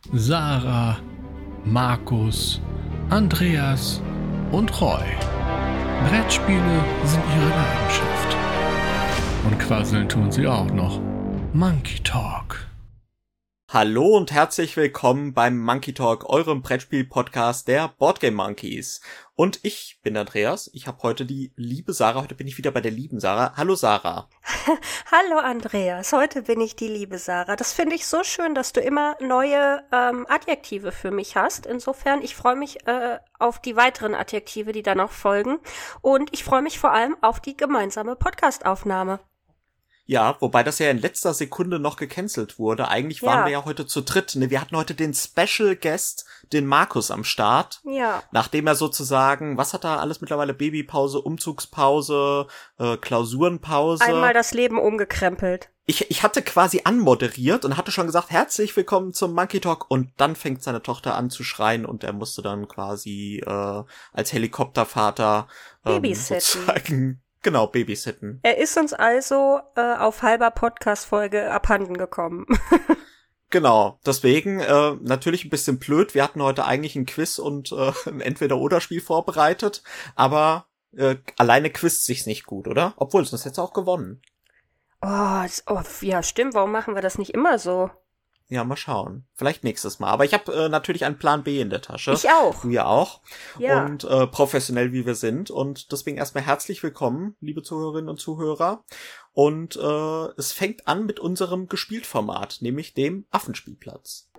Sarah, Markus, Andreas und Roy. Brettspiele sind ihre Leidenschaft. Und quasseln tun sie auch noch. Monkey Talk. Hallo und herzlich willkommen beim Monkey Talk, eurem Brettspiel-Podcast der Boardgame Monkeys. Und ich bin Andreas, ich habe heute die liebe Sarah, heute bin ich wieder bei der lieben Sarah. Hallo Sarah. Hallo Andreas, heute bin ich die liebe Sarah. Das finde ich so schön, dass du immer neue Adjektive für mich hast. Insofern, ich freue mich auf die weiteren Adjektive, die da noch folgen. Und ich freue mich vor allem auf die gemeinsame Podcast-Aufnahme. Ja, wobei das ja in letzter Sekunde noch gecancelt wurde. Eigentlich waren wir ja heute zu dritt. Ne? Wir hatten heute den Special Guest, den Markus, am Start. Ja. Nachdem er sozusagen, was hat er alles mittlerweile? Babypause, Umzugspause, Klausurenpause. Einmal das Leben umgekrempelt. Ich hatte quasi anmoderiert und hatte schon gesagt, herzlich willkommen zum Monkey Talk. Und dann fängt seine Tochter an zu schreien und er musste dann quasi als Helikoptervater sozusagen... Genau, babysitten. Er ist uns also auf halber Podcast-Folge abhanden gekommen. Genau, deswegen natürlich ein bisschen blöd. Wir hatten heute eigentlich ein Quiz und ein Entweder-Oder-Spiel vorbereitet, aber alleine quizt sich's nicht gut, oder? Obwohl, sonst hättest du auch gewonnen. Oh, ja, stimmt. Warum machen wir das nicht immer so? Ja, mal schauen. Vielleicht nächstes Mal. Aber ich habe natürlich einen Plan B in der Tasche. Ich auch. Du ja auch. Ja. Und professionell wie wir sind. Und deswegen erstmal herzlich willkommen, liebe Zuhörerinnen und Zuhörer. Und es fängt an mit unserem Gespielt-Format, nämlich dem Affenspielplatz.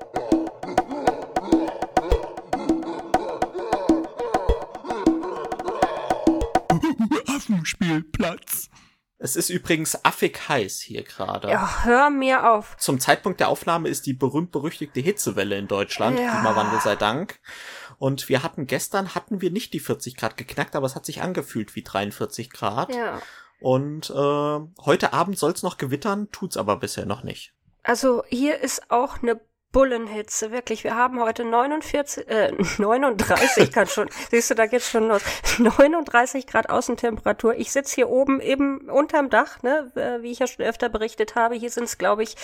Affenspielplatz. Es ist übrigens affig heiß hier gerade. Ja, hör mir auf. Zum Zeitpunkt der Aufnahme ist die berühmt-berüchtigte Hitzewelle in Deutschland. Ja. Klimawandel sei Dank. Und gestern hatten wir nicht die 40 Grad geknackt, aber es hat sich angefühlt wie 43 Grad. Ja. Und heute Abend soll es noch gewittern, tut's aber bisher noch nicht. Also hier ist auch eine Bullenhitze, wirklich. Wir haben heute 39, kann schon, siehst du, da geht's schon los. 39 Grad Außentemperatur. Ich sitze hier oben eben unterm Dach, ne, wie ich ja schon öfter berichtet habe. Hier sind's, glaube ich,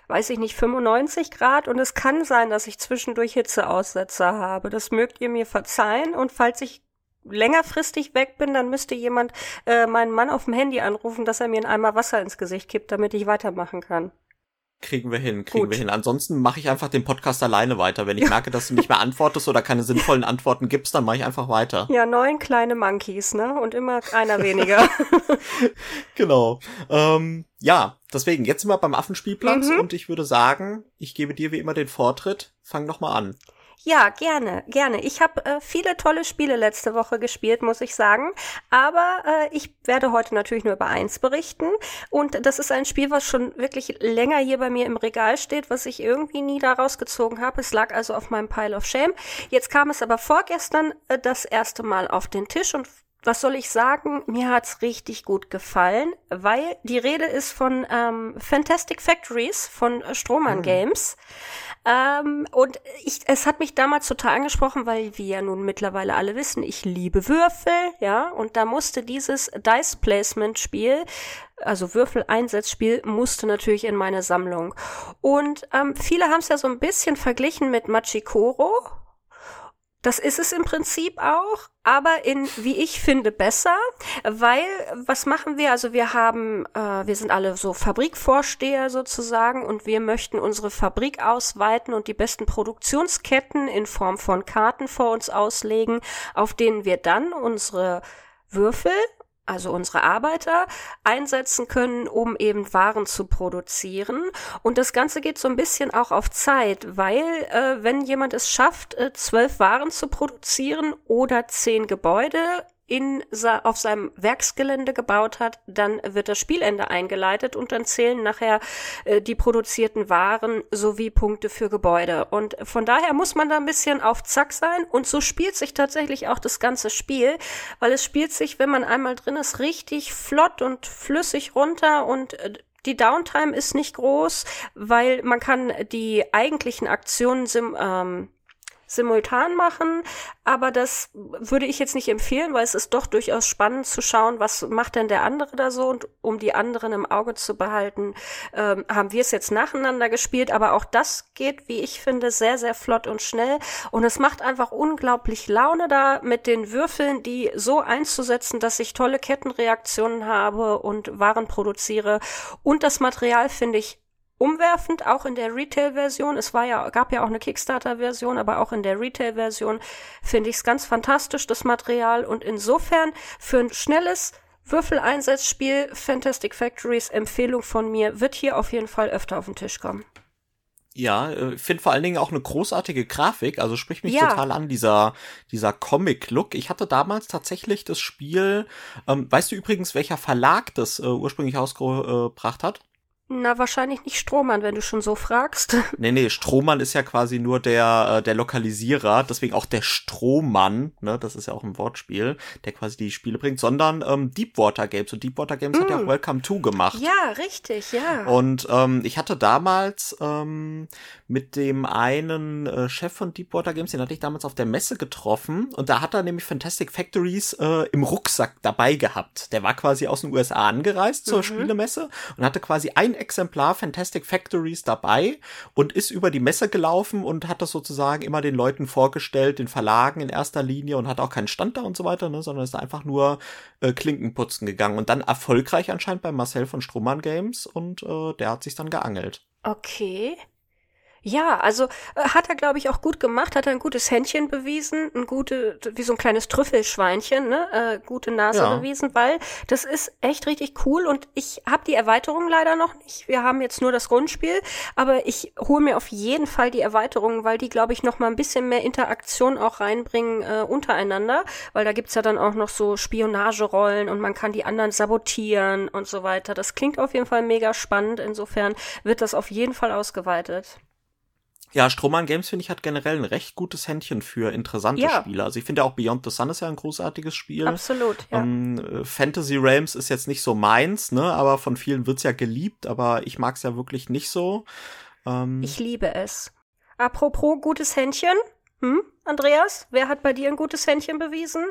95 Grad und es kann sein, dass ich zwischendurch Hitzeaussetzer habe. Das mögt ihr mir verzeihen und falls ich längerfristig weg bin, dann müsste jemand meinen Mann auf dem Handy anrufen, dass er mir einen Eimer Wasser ins Gesicht kippt, damit ich weitermachen kann. Kriegen wir hin. Ansonsten mache ich einfach den Podcast alleine weiter. Wenn ich merke, dass du nicht mehr antwortest oder keine sinnvollen Antworten gibst, dann mache ich einfach weiter. Ja, 9 kleine Monkeys, ne? Und immer einer weniger. Genau. Ja, deswegen, jetzt sind wir beim Affenspielplatz und ich würde sagen, ich gebe dir wie immer den Vortritt. Fang doch mal an. Ja, gerne. Ich habe viele tolle Spiele letzte Woche gespielt, muss ich sagen. Aber ich werde heute natürlich nur über eins berichten. Und das ist ein Spiel, was schon wirklich länger hier bei mir im Regal steht, was ich irgendwie nie da rausgezogen habe. Es lag also auf meinem Pile of Shame. Jetzt kam es aber vorgestern das erste Mal auf den Tisch und was soll ich sagen? Mir hat's richtig gut gefallen, weil die Rede ist von Fantastic Factories von Strohmann Games. Und es hat mich damals total angesprochen, weil wir ja nun mittlerweile alle wissen, ich liebe Würfel, ja, und da musste dieses Dice-Placement-Spiel, also Würfel-Einsetzspiel, musste natürlich in meine Sammlung. Und viele haben es ja so ein bisschen verglichen mit Machikoro. Das ist es im Prinzip auch, aber wie ich finde, besser, weil, was machen wir? Also wir sind alle so Fabrikvorsteher sozusagen und wir möchten unsere Fabrik ausweiten und die besten Produktionsketten in Form von Karten vor uns auslegen, auf denen wir dann unsere Würfel, also unsere Arbeiter, einsetzen können, um eben Waren zu produzieren. Und das Ganze geht so ein bisschen auch auf Zeit, weil wenn jemand es schafft, 12 Waren zu produzieren oder 10 Gebäude auf seinem Werksgelände gebaut hat, dann wird das Spielende eingeleitet und dann zählen nachher die produzierten Waren sowie Punkte für Gebäude. Und von daher muss man da ein bisschen auf Zack sein und so spielt sich tatsächlich auch das ganze Spiel, weil es spielt sich, wenn man einmal drin ist, richtig flott und flüssig runter und die Downtime ist nicht groß, weil man kann die eigentlichen Aktionen simultan machen, aber das würde ich jetzt nicht empfehlen, weil es ist doch durchaus spannend zu schauen, was macht denn der andere da so, und um die anderen im Auge zu behalten, haben wir es jetzt nacheinander gespielt, aber auch das geht, wie ich finde, sehr, sehr flott und schnell, und es macht einfach unglaublich Laune, da mit den Würfeln die so einzusetzen, dass ich tolle Kettenreaktionen habe und Waren produziere, und das Material finde ich umwerfend, auch in der Retail-Version. Gab ja auch eine Kickstarter-Version, aber auch in der Retail-Version finde ich es ganz fantastisch, das Material. Und insofern für ein schnelles Würfeleinsatzspiel Fantastic Factories, Empfehlung von mir, wird hier auf jeden Fall öfter auf den Tisch kommen. Ja, ich finde vor allen Dingen auch eine großartige Grafik, also spricht mich total an, dieser Comic-Look. Ich hatte damals tatsächlich das Spiel, weißt du übrigens, welcher Verlag das ursprünglich ausgebracht hat? Na, wahrscheinlich nicht Strohmann, wenn du schon so fragst. Nee, Strohmann ist ja quasi nur der Lokalisierer, deswegen auch der Strohmann, ne, das ist ja auch ein Wortspiel, der quasi die Spiele bringt, sondern Deepwater Games. Und Deepwater Games hat ja auch Welcome to gemacht. Ja, richtig, ja. Und ich hatte damals mit dem einen Chef von Deepwater Games, den hatte ich damals auf der Messe getroffen, und da hat er nämlich Fantastic Factories im Rucksack dabei gehabt. Der war quasi aus den USA angereist zur Spielemesse und hatte quasi ein Exemplar Fantastic Factories dabei und ist über die Messe gelaufen und hat das sozusagen immer den Leuten vorgestellt, den Verlagen in erster Linie, und hat auch keinen Stand da und so weiter, ne, sondern ist da einfach nur Klinken putzen gegangen und dann erfolgreich anscheinend bei Marcel von Strohmann Games, und der hat sich dann geangelt. Okay. Ja, also hat er, glaube ich, auch gut gemacht, hat er ein gutes Händchen bewiesen, wie so ein kleines Trüffelschweinchen, ne, gute Nase bewiesen, weil das ist echt richtig cool, und ich habe die Erweiterung leider noch nicht. Wir haben jetzt nur das Grundspiel, aber ich hole mir auf jeden Fall die Erweiterung, weil die, glaube ich, noch mal ein bisschen mehr Interaktion auch reinbringen untereinander, weil da gibt's ja dann auch noch so Spionagerollen und man kann die anderen sabotieren und so weiter. Das klingt auf jeden Fall mega spannend, insofern wird das auf jeden Fall ausgeweitet. Ja, Strohmann Games, finde ich, hat generell ein recht gutes Händchen für interessante Spiele. Also ich finde auch Beyond the Sun ist ja ein großartiges Spiel. Absolut, ja. Fantasy Realms ist jetzt nicht so meins, ne, aber von vielen wird's ja geliebt, aber ich mag's ja wirklich nicht so. Ich liebe es. Apropos gutes Händchen, Andreas, wer hat bei dir ein gutes Händchen bewiesen?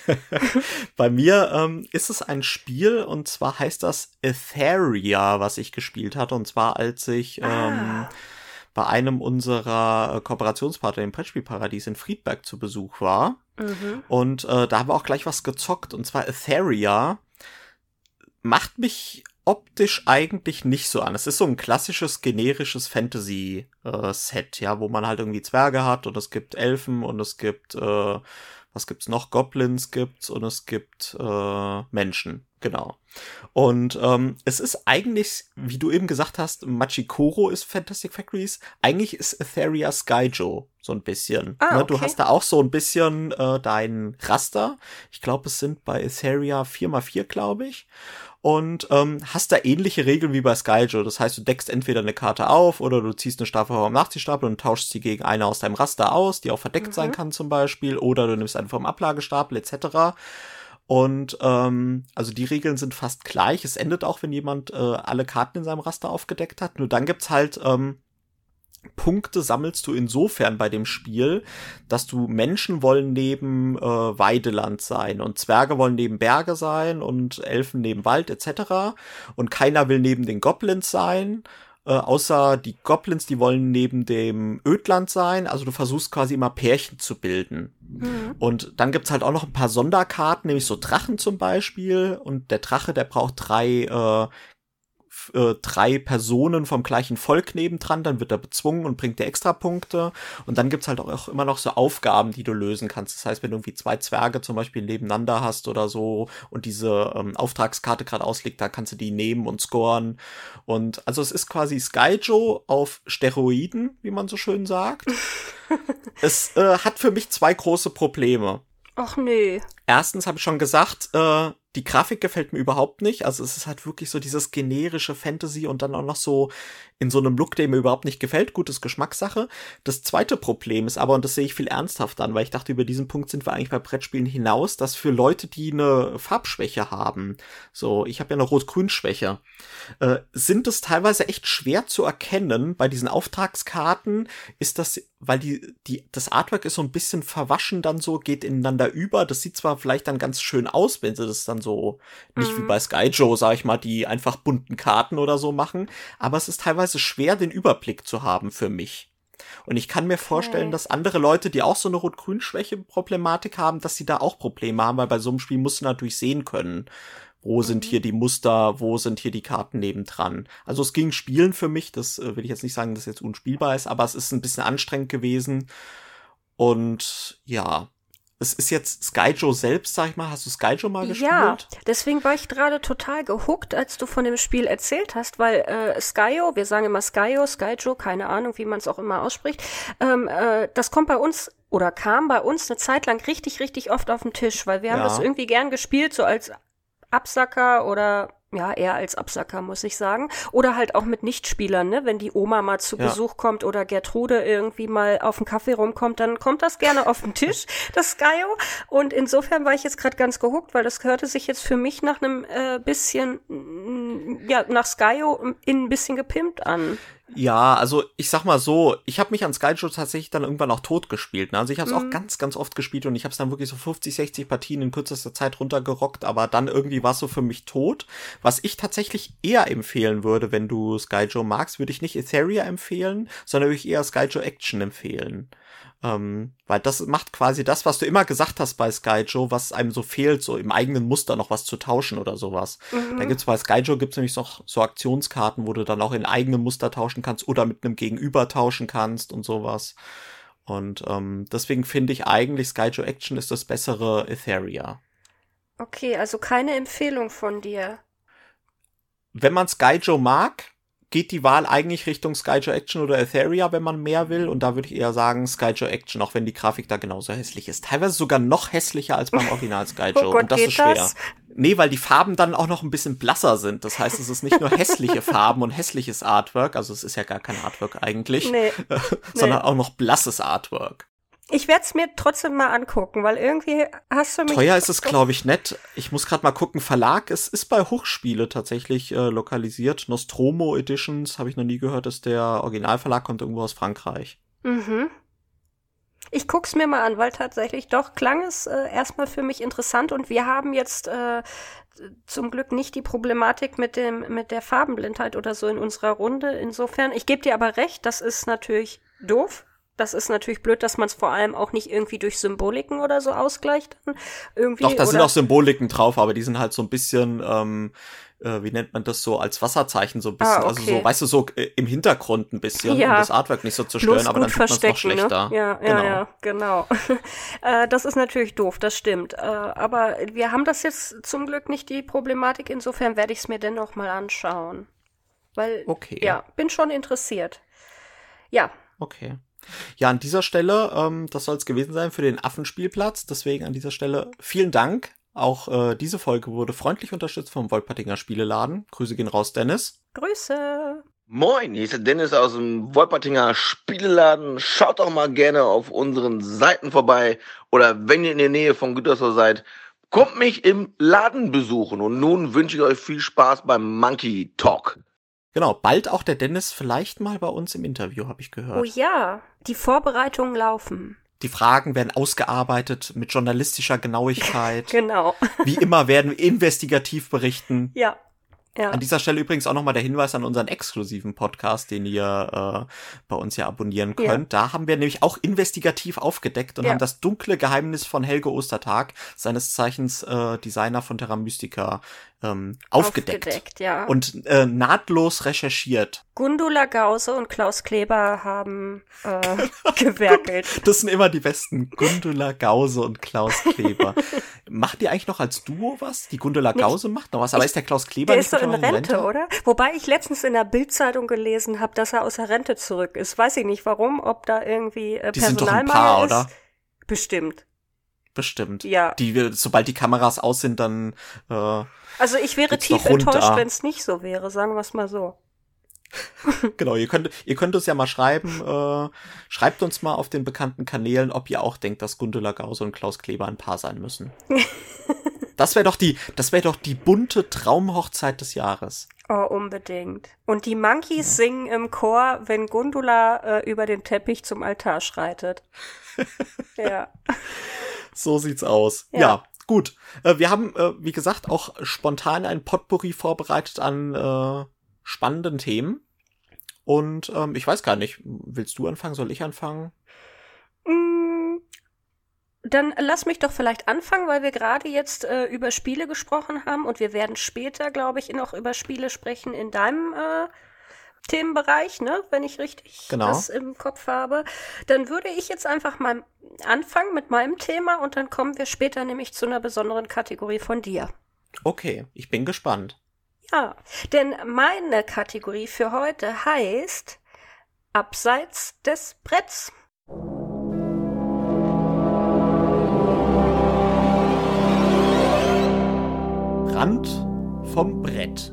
Bei mir ist es ein Spiel, und zwar heißt das Etheria, was ich gespielt hatte, und zwar als ich bei einem unserer Kooperationspartner im Brettspielparadies in Friedberg zu Besuch war. Und da haben wir auch gleich was gezockt, und zwar Etheria macht mich optisch eigentlich nicht so an. Es ist so ein klassisches, generisches Fantasy-Set, ja, wo man halt irgendwie Zwerge hat, und es gibt Elfen, und es gibt, was gibt's noch? Goblins gibt's, und es gibt Menschen. Genau. Und es ist eigentlich, wie du eben gesagt hast, Machikoro ist Fantastic Factories. Eigentlich ist Etheria Skyjo so ein bisschen. Ah, ne? okay. Du hast da auch so ein bisschen dein Raster. Ich glaube, es sind bei Etheria 4x4, glaube ich. Und hast da ähnliche Regeln wie bei Skyjo. Das heißt, du deckst entweder eine Karte auf oder du ziehst eine Stapel vom Nachziehstapel und tauschst sie gegen eine aus deinem Raster aus, die auch verdeckt sein kann zum Beispiel. Oder du nimmst eine vom Ablagestapel etc. Und also die Regeln sind fast gleich. Es endet auch, wenn jemand alle Karten in seinem Raster aufgedeckt hat. Nur dann gibt's halt Punkte sammelst du insofern bei dem Spiel, dass du Menschen wollen neben Weideland sein und Zwerge wollen neben Berge sein und Elfen neben Wald etc. Und keiner will neben den Goblins sein, außer die Goblins, die wollen neben dem Ödland sein. Also du versuchst quasi immer Pärchen zu bilden. Und dann gibt's halt auch noch ein paar Sonderkarten, nämlich so Drachen zum Beispiel. Und der Drache, der braucht drei Personen vom gleichen Volk nebendran, dann wird er bezwungen und bringt dir extra Punkte. Und dann gibt's halt auch immer noch so Aufgaben, die du lösen kannst. Das heißt, wenn du irgendwie 2 Zwerge zum Beispiel nebeneinander hast oder so und diese Auftragskarte gerade ausliegt, da kannst du die nehmen und scoren. Und also es ist quasi Skyjo auf Steroiden, wie man so schön sagt. Es hat für mich 2 große Probleme. Ach nee. Erstens habe ich schon gesagt, die Grafik gefällt mir überhaupt nicht. Also es ist halt wirklich so dieses generische Fantasy und dann auch noch so in so einem Look, der mir überhaupt nicht gefällt. Gutes Geschmackssache. Das zweite Problem ist aber, und das sehe ich viel ernsthaft an, weil ich dachte, über diesen Punkt sind wir eigentlich bei Brettspielen hinaus, dass für Leute, die eine Farbschwäche haben, so, ich habe ja eine Rot-Grün-Schwäche, sind es teilweise echt schwer zu erkennen. Bei diesen Auftragskarten ist das, weil das Artwork ist so ein bisschen verwaschen dann so, geht ineinander über. Das sieht zwar vielleicht dann ganz schön aus, wenn sie das dann so, nicht wie bei Skyjo, sag ich mal, die einfach bunten Karten oder so machen, aber es ist teilweise schwer, den Überblick zu haben für mich. Und ich kann mir vorstellen, dass andere Leute, die auch so eine Rot-Grün-Schwäche-Problematik haben, dass sie da auch Probleme haben, weil bei so einem Spiel musst du natürlich sehen können, wo sind hier die Muster, wo sind hier die Karten nebendran. Also es ging Spielen für mich, das will ich jetzt nicht sagen, dass es jetzt unspielbar ist, aber es ist ein bisschen anstrengend gewesen. Und ja, es ist jetzt Skyjo selbst, sag ich mal. Hast du Skyjo mal gespielt? Ja, deswegen war ich gerade total gehuckt, als du von dem Spiel erzählt hast, weil Skyjo, wir sagen immer Skyjo, keine Ahnung, wie man es auch immer ausspricht, das kommt bei uns oder kam bei uns eine Zeit lang richtig, richtig oft auf den Tisch, weil wir haben das irgendwie gern gespielt, so als Absacker oder ja, eher als Absacker, muss ich sagen. Oder halt auch mit Nichtspielern, ne? Wenn die Oma mal zu Besuch kommt oder Gertrude irgendwie mal auf den Kaffee rumkommt, dann kommt das gerne auf den Tisch, das Skyjo. Und insofern war ich jetzt gerade ganz gehuckt, weil das hörte sich jetzt für mich nach einem bisschen, nach Skyjo ein bisschen gepimpt an. Ja, also ich sag mal so, ich habe mich an Skyjo tatsächlich dann irgendwann auch tot gespielt. Ne? Also ich habe es auch ganz, ganz oft gespielt und ich habe es dann wirklich so 50, 60 Partien in kürzester Zeit runtergerockt, aber dann irgendwie war es so für mich tot. Was ich tatsächlich eher empfehlen würde, wenn du Skyjo magst, würde ich nicht Etheria empfehlen, sondern würde ich eher Skyjo Action empfehlen. Weil das macht quasi das, was du immer gesagt hast bei Skyjo, was einem so fehlt, so im eigenen Muster noch was zu tauschen oder sowas. Da gibt's bei Skyjo nämlich noch so Aktionskarten, wo du dann auch in eigenem Muster tauschen kannst oder mit einem Gegenüber tauschen kannst und sowas. Und deswegen finde ich eigentlich Skyjo Action ist das bessere Etheria. Okay, also keine Empfehlung von dir. Wenn man Skyjo mag, geht die Wahl eigentlich Richtung Skyjo Action oder Etheria, wenn man mehr will. Und da würde ich eher sagen Skyjo Action, auch wenn die Grafik da genauso hässlich ist. Teilweise sogar noch hässlicher als beim Original Skyjo. Oh Gott, und das ist schwer. Nee, weil die Farben dann auch noch ein bisschen blasser sind. Das heißt, es ist nicht nur hässliche Farben und hässliches Artwork, also es ist ja gar kein Artwork eigentlich, sondern auch noch blasses Artwork. Ich werde es mir trotzdem mal angucken, weil irgendwie hast du mich... Teuer ist es, glaube ich, nett. Ich muss gerade mal gucken. Verlag, es ist bei Hochspiele tatsächlich lokalisiert. Nostromo Editions, habe ich noch nie gehört, ist der Originalverlag, kommt irgendwo aus Frankreich. Ich guck's mir mal an, weil tatsächlich doch klang es erstmal für mich interessant und wir haben jetzt zum Glück nicht die Problematik mit der Farbenblindheit oder so in unserer Runde. Insofern, ich gebe dir aber recht, das ist natürlich doof. Das ist natürlich blöd, dass man es vor allem auch nicht irgendwie durch Symboliken oder so ausgleicht. Irgendwie, doch, da sind auch Symboliken drauf, aber die sind halt so ein bisschen, wie nennt man das so, als Wasserzeichen so ein bisschen. Okay. Also so, weißt du, so im Hintergrund ein bisschen, um das Artwork nicht so zu stören, aber dann tut man es noch schlechter. Ne? Genau. Das ist natürlich doof, das stimmt. Aber wir haben das jetzt zum Glück nicht, die Problematik. Insofern werde ich es mir dennoch mal anschauen. Weil, bin schon interessiert. Ja. Okay. Ja, an dieser Stelle, das soll es gewesen sein für den Affenspielplatz. Deswegen an dieser Stelle vielen Dank. Auch diese Folge wurde freundlich unterstützt vom Wolpertinger Spieleladen. Grüße gehen raus, Dennis. Grüße. Moin, hier ist der Dennis aus dem Wolpertinger Spieleladen. Schaut doch mal gerne auf unseren Seiten vorbei. Oder wenn ihr in der Nähe von Gütersloh seid, kommt mich im Laden besuchen. Und nun wünsche ich euch viel Spaß beim Monkey Talk. Genau, bald auch der Dennis vielleicht mal bei uns im Interview, habe ich gehört. Oh ja, die Vorbereitungen laufen. Die Fragen werden ausgearbeitet mit journalistischer Genauigkeit. Genau. Wie immer werden wir investigativ berichten. Ja. An dieser Stelle übrigens auch nochmal der Hinweis an unseren exklusiven Podcast, den ihr bei uns ja abonnieren könnt. Da haben wir nämlich auch investigativ aufgedeckt und haben das dunkle Geheimnis von Helge Ostertag, seines Zeichens Designer von Terra Mystica, aufgedeckt. Und nahtlos recherchiert. Gundula Gause und Klaus Kleber haben gewerkelt. Das sind immer die besten. Gundula Gause und Klaus Kleber. Macht ihr eigentlich noch als Duo was? Die Gundula Gause macht noch was, aber ist der Klaus Kleber nicht in Rente, oder? Wobei ich letztens in der Bild-Zeitung gelesen habe, dass er aus der Rente zurück ist. Weiß ich nicht warum, ob da irgendwie die sind doch ein Paar, ist. oder? Bestimmt. Bestimmt. Ja. Sobald die Kameras aus sind, dann also ich wäre tief enttäuscht, wenn es nicht so wäre, sagen wir es mal so. Genau, ihr könnt uns ja mal schreiben, schreibt uns mal auf den bekannten Kanälen, ob ihr auch denkt, dass Gundula Gause und Klaus Kleber ein Paar sein müssen. Das wäre doch die bunte Traumhochzeit des Jahres. Oh, unbedingt. Und die Monkeys singen im Chor, wenn Gundula über den Teppich zum Altar schreitet. Ja. So sieht's aus. Ja, gut. Wir haben, wie gesagt, auch spontan ein Potpourri vorbereitet an spannenden Themen. Und ich weiß gar nicht, willst du anfangen? Soll ich anfangen? Dann lass mich doch vielleicht anfangen, weil wir gerade jetzt über Spiele gesprochen haben und wir werden später, glaube ich, noch über Spiele sprechen in deinem Themenbereich, ne, wenn ich richtig das im Kopf habe. Dann würde ich jetzt einfach mal anfangen mit meinem Thema und dann kommen wir später nämlich zu einer besonderen Kategorie von dir. Okay, ich bin gespannt. Ja, denn meine Kategorie für heute heißt Abseits des Bretts. Rand vom Brett.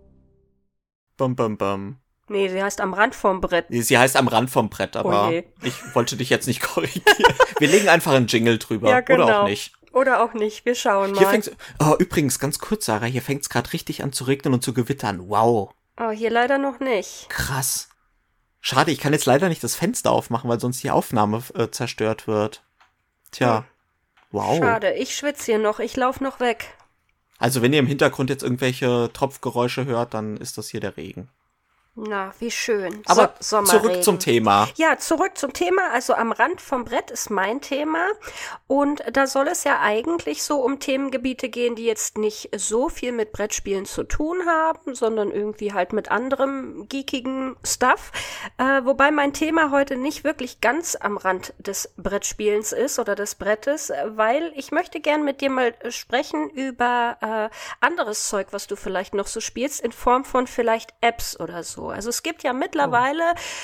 Bum, bum, bum. Nee, sie heißt am Rand vom Brett. Nee, sie heißt am Rand vom Brett, aber ich wollte dich jetzt nicht korrigieren. Wir legen einfach einen Jingle drüber. Ja, genau. Oder auch nicht. Oder auch nicht, wir schauen mal. Übrigens, ganz kurz, Sarah, hier fängt es gerade richtig an zu regnen und zu gewittern. Wow. Oh, hier leider noch nicht. Krass. Schade, ich kann jetzt leider nicht das Fenster aufmachen, weil sonst die Aufnahme zerstört wird. Tja, wow. Schade, ich schwitze hier noch, ich laufe noch weg. Also wenn ihr im Hintergrund jetzt irgendwelche Tropfgeräusche hört, dann ist das hier der Regen. Na, wie schön. Aber zurück zum Thema. Ja, zurück zum Thema. Also am Rand vom Brett ist mein Thema. Und da soll es ja eigentlich so um Themengebiete gehen, die jetzt nicht so viel mit Brettspielen zu tun haben, sondern irgendwie halt mit anderem geekigen Stuff. Wobei mein Thema heute nicht wirklich ganz am Rand des Brettspielens ist oder des Brettes, weil ich möchte gern mit dir mal sprechen über anderes Zeug, was du vielleicht noch so spielst, in Form von vielleicht Apps oder so. Also es gibt ja mittlerweile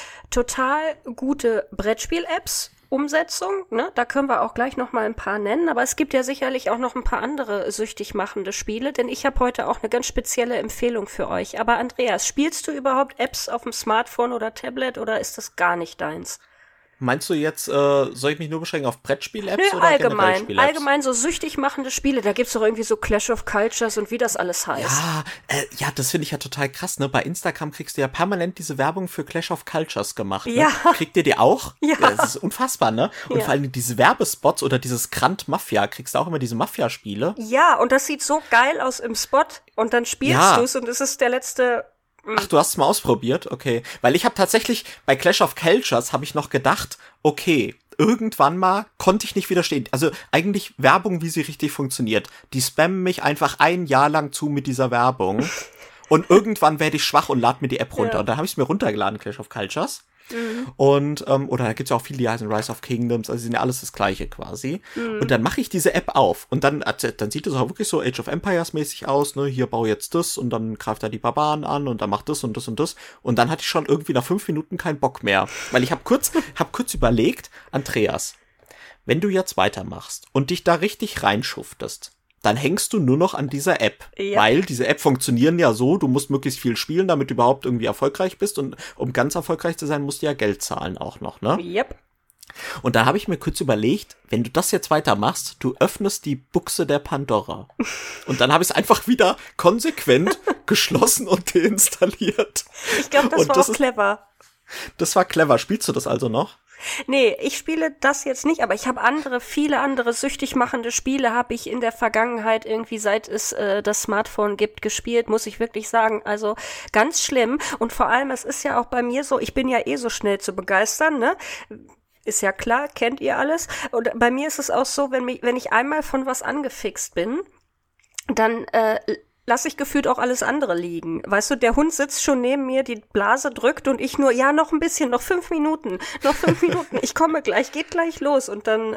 total gute Brettspiel-Apps, Umsetzung, ne? Da können wir auch gleich noch mal ein paar nennen, aber es gibt ja sicherlich auch noch ein paar andere süchtig machende Spiele, denn ich habe heute auch eine ganz spezielle Empfehlung für euch. Aber Andreas, spielst du überhaupt Apps auf dem Smartphone oder Tablet oder ist das gar nicht deins? Meinst du jetzt, soll ich mich nur beschränken auf Brettspiel-Apps oder allgemein, Spiel-Apps? Allgemein so süchtig machende Spiele. Da gibt's doch irgendwie so Clash of Cultures und wie das alles heißt. Ja, das finde ich ja total krass, ne? Bei Instagram kriegst du ja permanent diese Werbung für Clash of Cultures gemacht, ne? Ja. Kriegt ihr die auch? Ja. Das ist unfassbar, ne? Und vor allem diese Werbespots oder dieses Grand Mafia, kriegst du auch immer diese Mafia-Spiele? Ja, und das sieht so geil aus im Spot und dann spielst du's und es ist der letzte... Ach, du hast es mal ausprobiert? Okay. Weil ich habe tatsächlich, bei Clash of Cultures habe ich noch gedacht, okay, irgendwann mal konnte ich nicht widerstehen. Also eigentlich Werbung, wie sie richtig funktioniert. Die spammen mich einfach ein Jahr lang zu mit dieser Werbung. Und irgendwann werde ich schwach und lade mir die App runter. Ja. Und dann habe ich es mir runtergeladen, Clash of Cultures. Mhm. Und, oder da gibt's ja auch viele, die heißen Rise of Kingdoms, also sind ja alles das Gleiche quasi. Mhm. Und dann mache ich diese App auf und dann sieht es auch wirklich so Age of Empires mäßig aus, ne, hier baue jetzt das und dann greift er die Barbaren an und dann macht das und das und das. Und dann hatte ich schon irgendwie nach 5 Minuten keinen Bock mehr. Weil ich habe kurz überlegt, Andreas, wenn du jetzt weitermachst und dich da richtig reinschuftest, dann hängst du nur noch an dieser App. Ja. Weil diese App funktionieren ja so, du musst möglichst viel spielen, damit du überhaupt irgendwie erfolgreich bist. Und um ganz erfolgreich zu sein, musst du ja Geld zahlen auch noch, ne? Yep. Und da habe ich mir kurz überlegt, wenn du das jetzt weitermachst, du öffnest die Buchse der Pandora. Und dann habe ich es einfach wieder konsequent geschlossen und deinstalliert. Ich glaube, das war auch clever. Das war clever. Spielst du das also noch? Nee, ich spiele das jetzt nicht, aber ich habe viele andere süchtig machende Spiele habe ich in der Vergangenheit irgendwie, seit es das Smartphone gibt, gespielt, muss ich wirklich sagen. Also ganz schlimm. Und vor allem, es ist ja auch bei mir so, ich bin ja so schnell zu begeistern, ne? Ist ja klar, kennt ihr alles. Und bei mir ist es auch so, wenn ich einmal von was angefixt bin, dann lasse ich gefühlt auch alles andere liegen. Weißt du, der Hund sitzt schon neben mir, die Blase drückt und ich nur, ja, noch ein bisschen, noch 5 Minuten, ich komme gleich, geht gleich los und dann,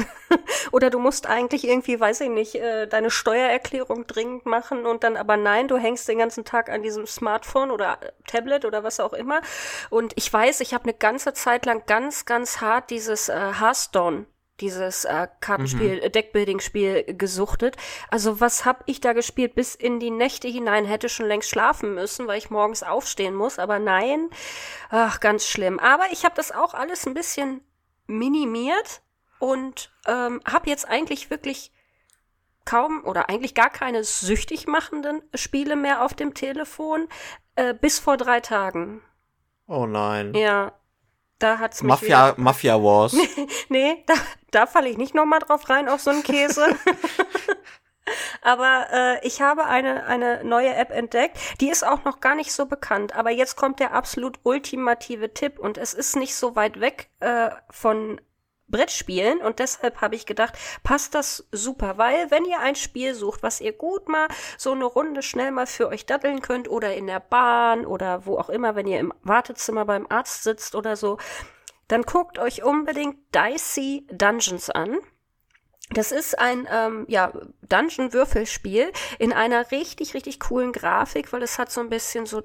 oder du musst eigentlich irgendwie, weiß ich nicht, deine Steuererklärung dringend machen und dann, aber nein, du hängst den ganzen Tag an diesem Smartphone oder Tablet oder was auch immer und ich weiß, ich habe eine ganze Zeit lang ganz, ganz hart dieses Hearthstone, dieses Kartenspiel, Deckbuilding-Spiel gesuchtet. Also was hab ich da gespielt bis in die Nächte hinein? Hätte schon längst schlafen müssen, weil ich morgens aufstehen muss, aber nein. Ach, ganz schlimm. Aber ich habe das auch alles ein bisschen minimiert und habe jetzt eigentlich wirklich kaum oder eigentlich gar keine süchtig machenden Spiele mehr auf dem Telefon, bis vor 3 Tagen. Oh nein. Ja. Da hat's mich Mafia Wars. Nee, da falle ich nicht nochmal drauf rein auf so einen Käse. Aber ich habe eine neue App entdeckt, die ist auch noch gar nicht so bekannt. Aber jetzt kommt der absolut ultimative Tipp und es ist nicht so weit weg von Brettspielen und deshalb habe ich gedacht, passt das super, weil wenn ihr ein Spiel sucht, was ihr gut mal so eine Runde schnell mal für euch daddeln könnt oder in der Bahn oder wo auch immer, wenn ihr im Wartezimmer beim Arzt sitzt oder so, dann guckt euch unbedingt Dicey Dungeons an. Das ist ein Dungeon-Würfelspiel in einer richtig, richtig coolen Grafik, weil es hat so ein bisschen so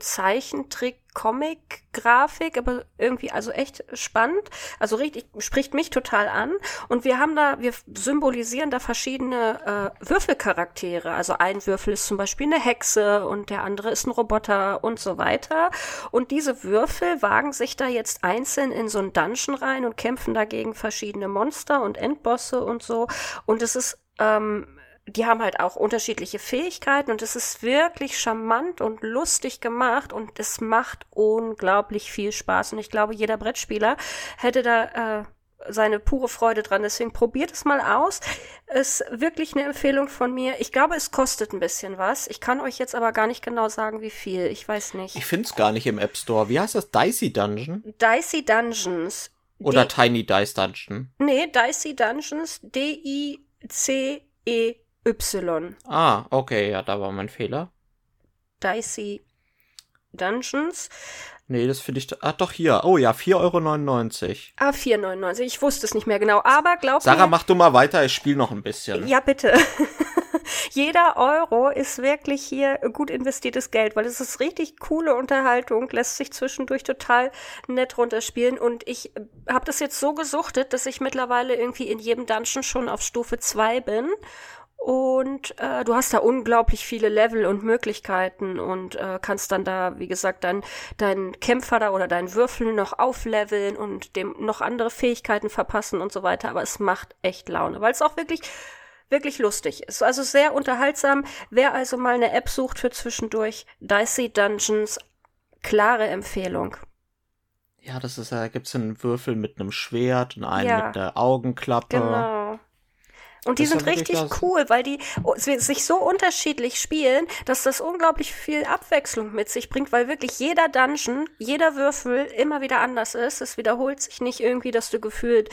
Zeichentrick-Comic-Grafik, aber irgendwie also echt spannend. Also richtig, spricht mich total an. Und wir symbolisieren da verschiedene Würfelcharaktere. Also ein Würfel ist zum Beispiel eine Hexe und der andere ist ein Roboter und so weiter. Und diese Würfel wagen sich da jetzt einzeln in so einen Dungeon rein und kämpfen dagegen verschiedene Monster und Endbosse und so. Und es ist, die haben halt auch unterschiedliche Fähigkeiten und es ist wirklich charmant und lustig gemacht und es macht unglaublich viel Spaß. Und ich glaube, jeder Brettspieler hätte da seine pure Freude dran. Deswegen probiert es mal aus. Ist wirklich eine Empfehlung von mir. Ich glaube, es kostet ein bisschen was. Ich kann euch jetzt aber gar nicht genau sagen, wie viel. Ich weiß nicht. Ich finde es gar nicht im App Store. Wie heißt das? Dicey Dungeon? Dicey Dungeons. Oder Tiny Dice Dungeon? Nee, Dicey Dungeons. DICEY. Ah, okay, ja, da war mein Fehler. Dicey Dungeons. Nee, das finde ich... doch, hier. Oh ja, 4,99 €. Ah, 4,99 €. Ich wusste es nicht mehr genau. Aber glaub mir... Sarah, mach du mal weiter. Ich spiele noch ein bisschen. Ja, bitte. Jeder Euro ist wirklich hier gut investiertes Geld, weil es ist richtig coole Unterhaltung, lässt sich zwischendurch total nett runterspielen und ich habe das jetzt so gesuchtet, dass ich mittlerweile irgendwie in jedem Dungeon schon auf Stufe 2 bin. Und du hast da unglaublich viele Level und Möglichkeiten und kannst dann da, wie gesagt, deinen Kämpfer da oder deinen Würfel noch aufleveln und dem noch andere Fähigkeiten verpassen und so weiter. Aber es macht echt Laune, weil es auch wirklich, wirklich lustig ist. Also sehr unterhaltsam. Wer also mal eine App sucht für zwischendurch, Dicey Dungeons, klare Empfehlung. Ja, das ist, da gibt's einen Würfel mit einem Schwert und einen mit der Augenklappe. Genau. Und die sind richtig cool, weil die sich so unterschiedlich spielen, dass das unglaublich viel Abwechslung mit sich bringt, weil wirklich jeder Dungeon, jeder Würfel immer wieder anders ist. Es wiederholt sich nicht irgendwie, dass du gefühlt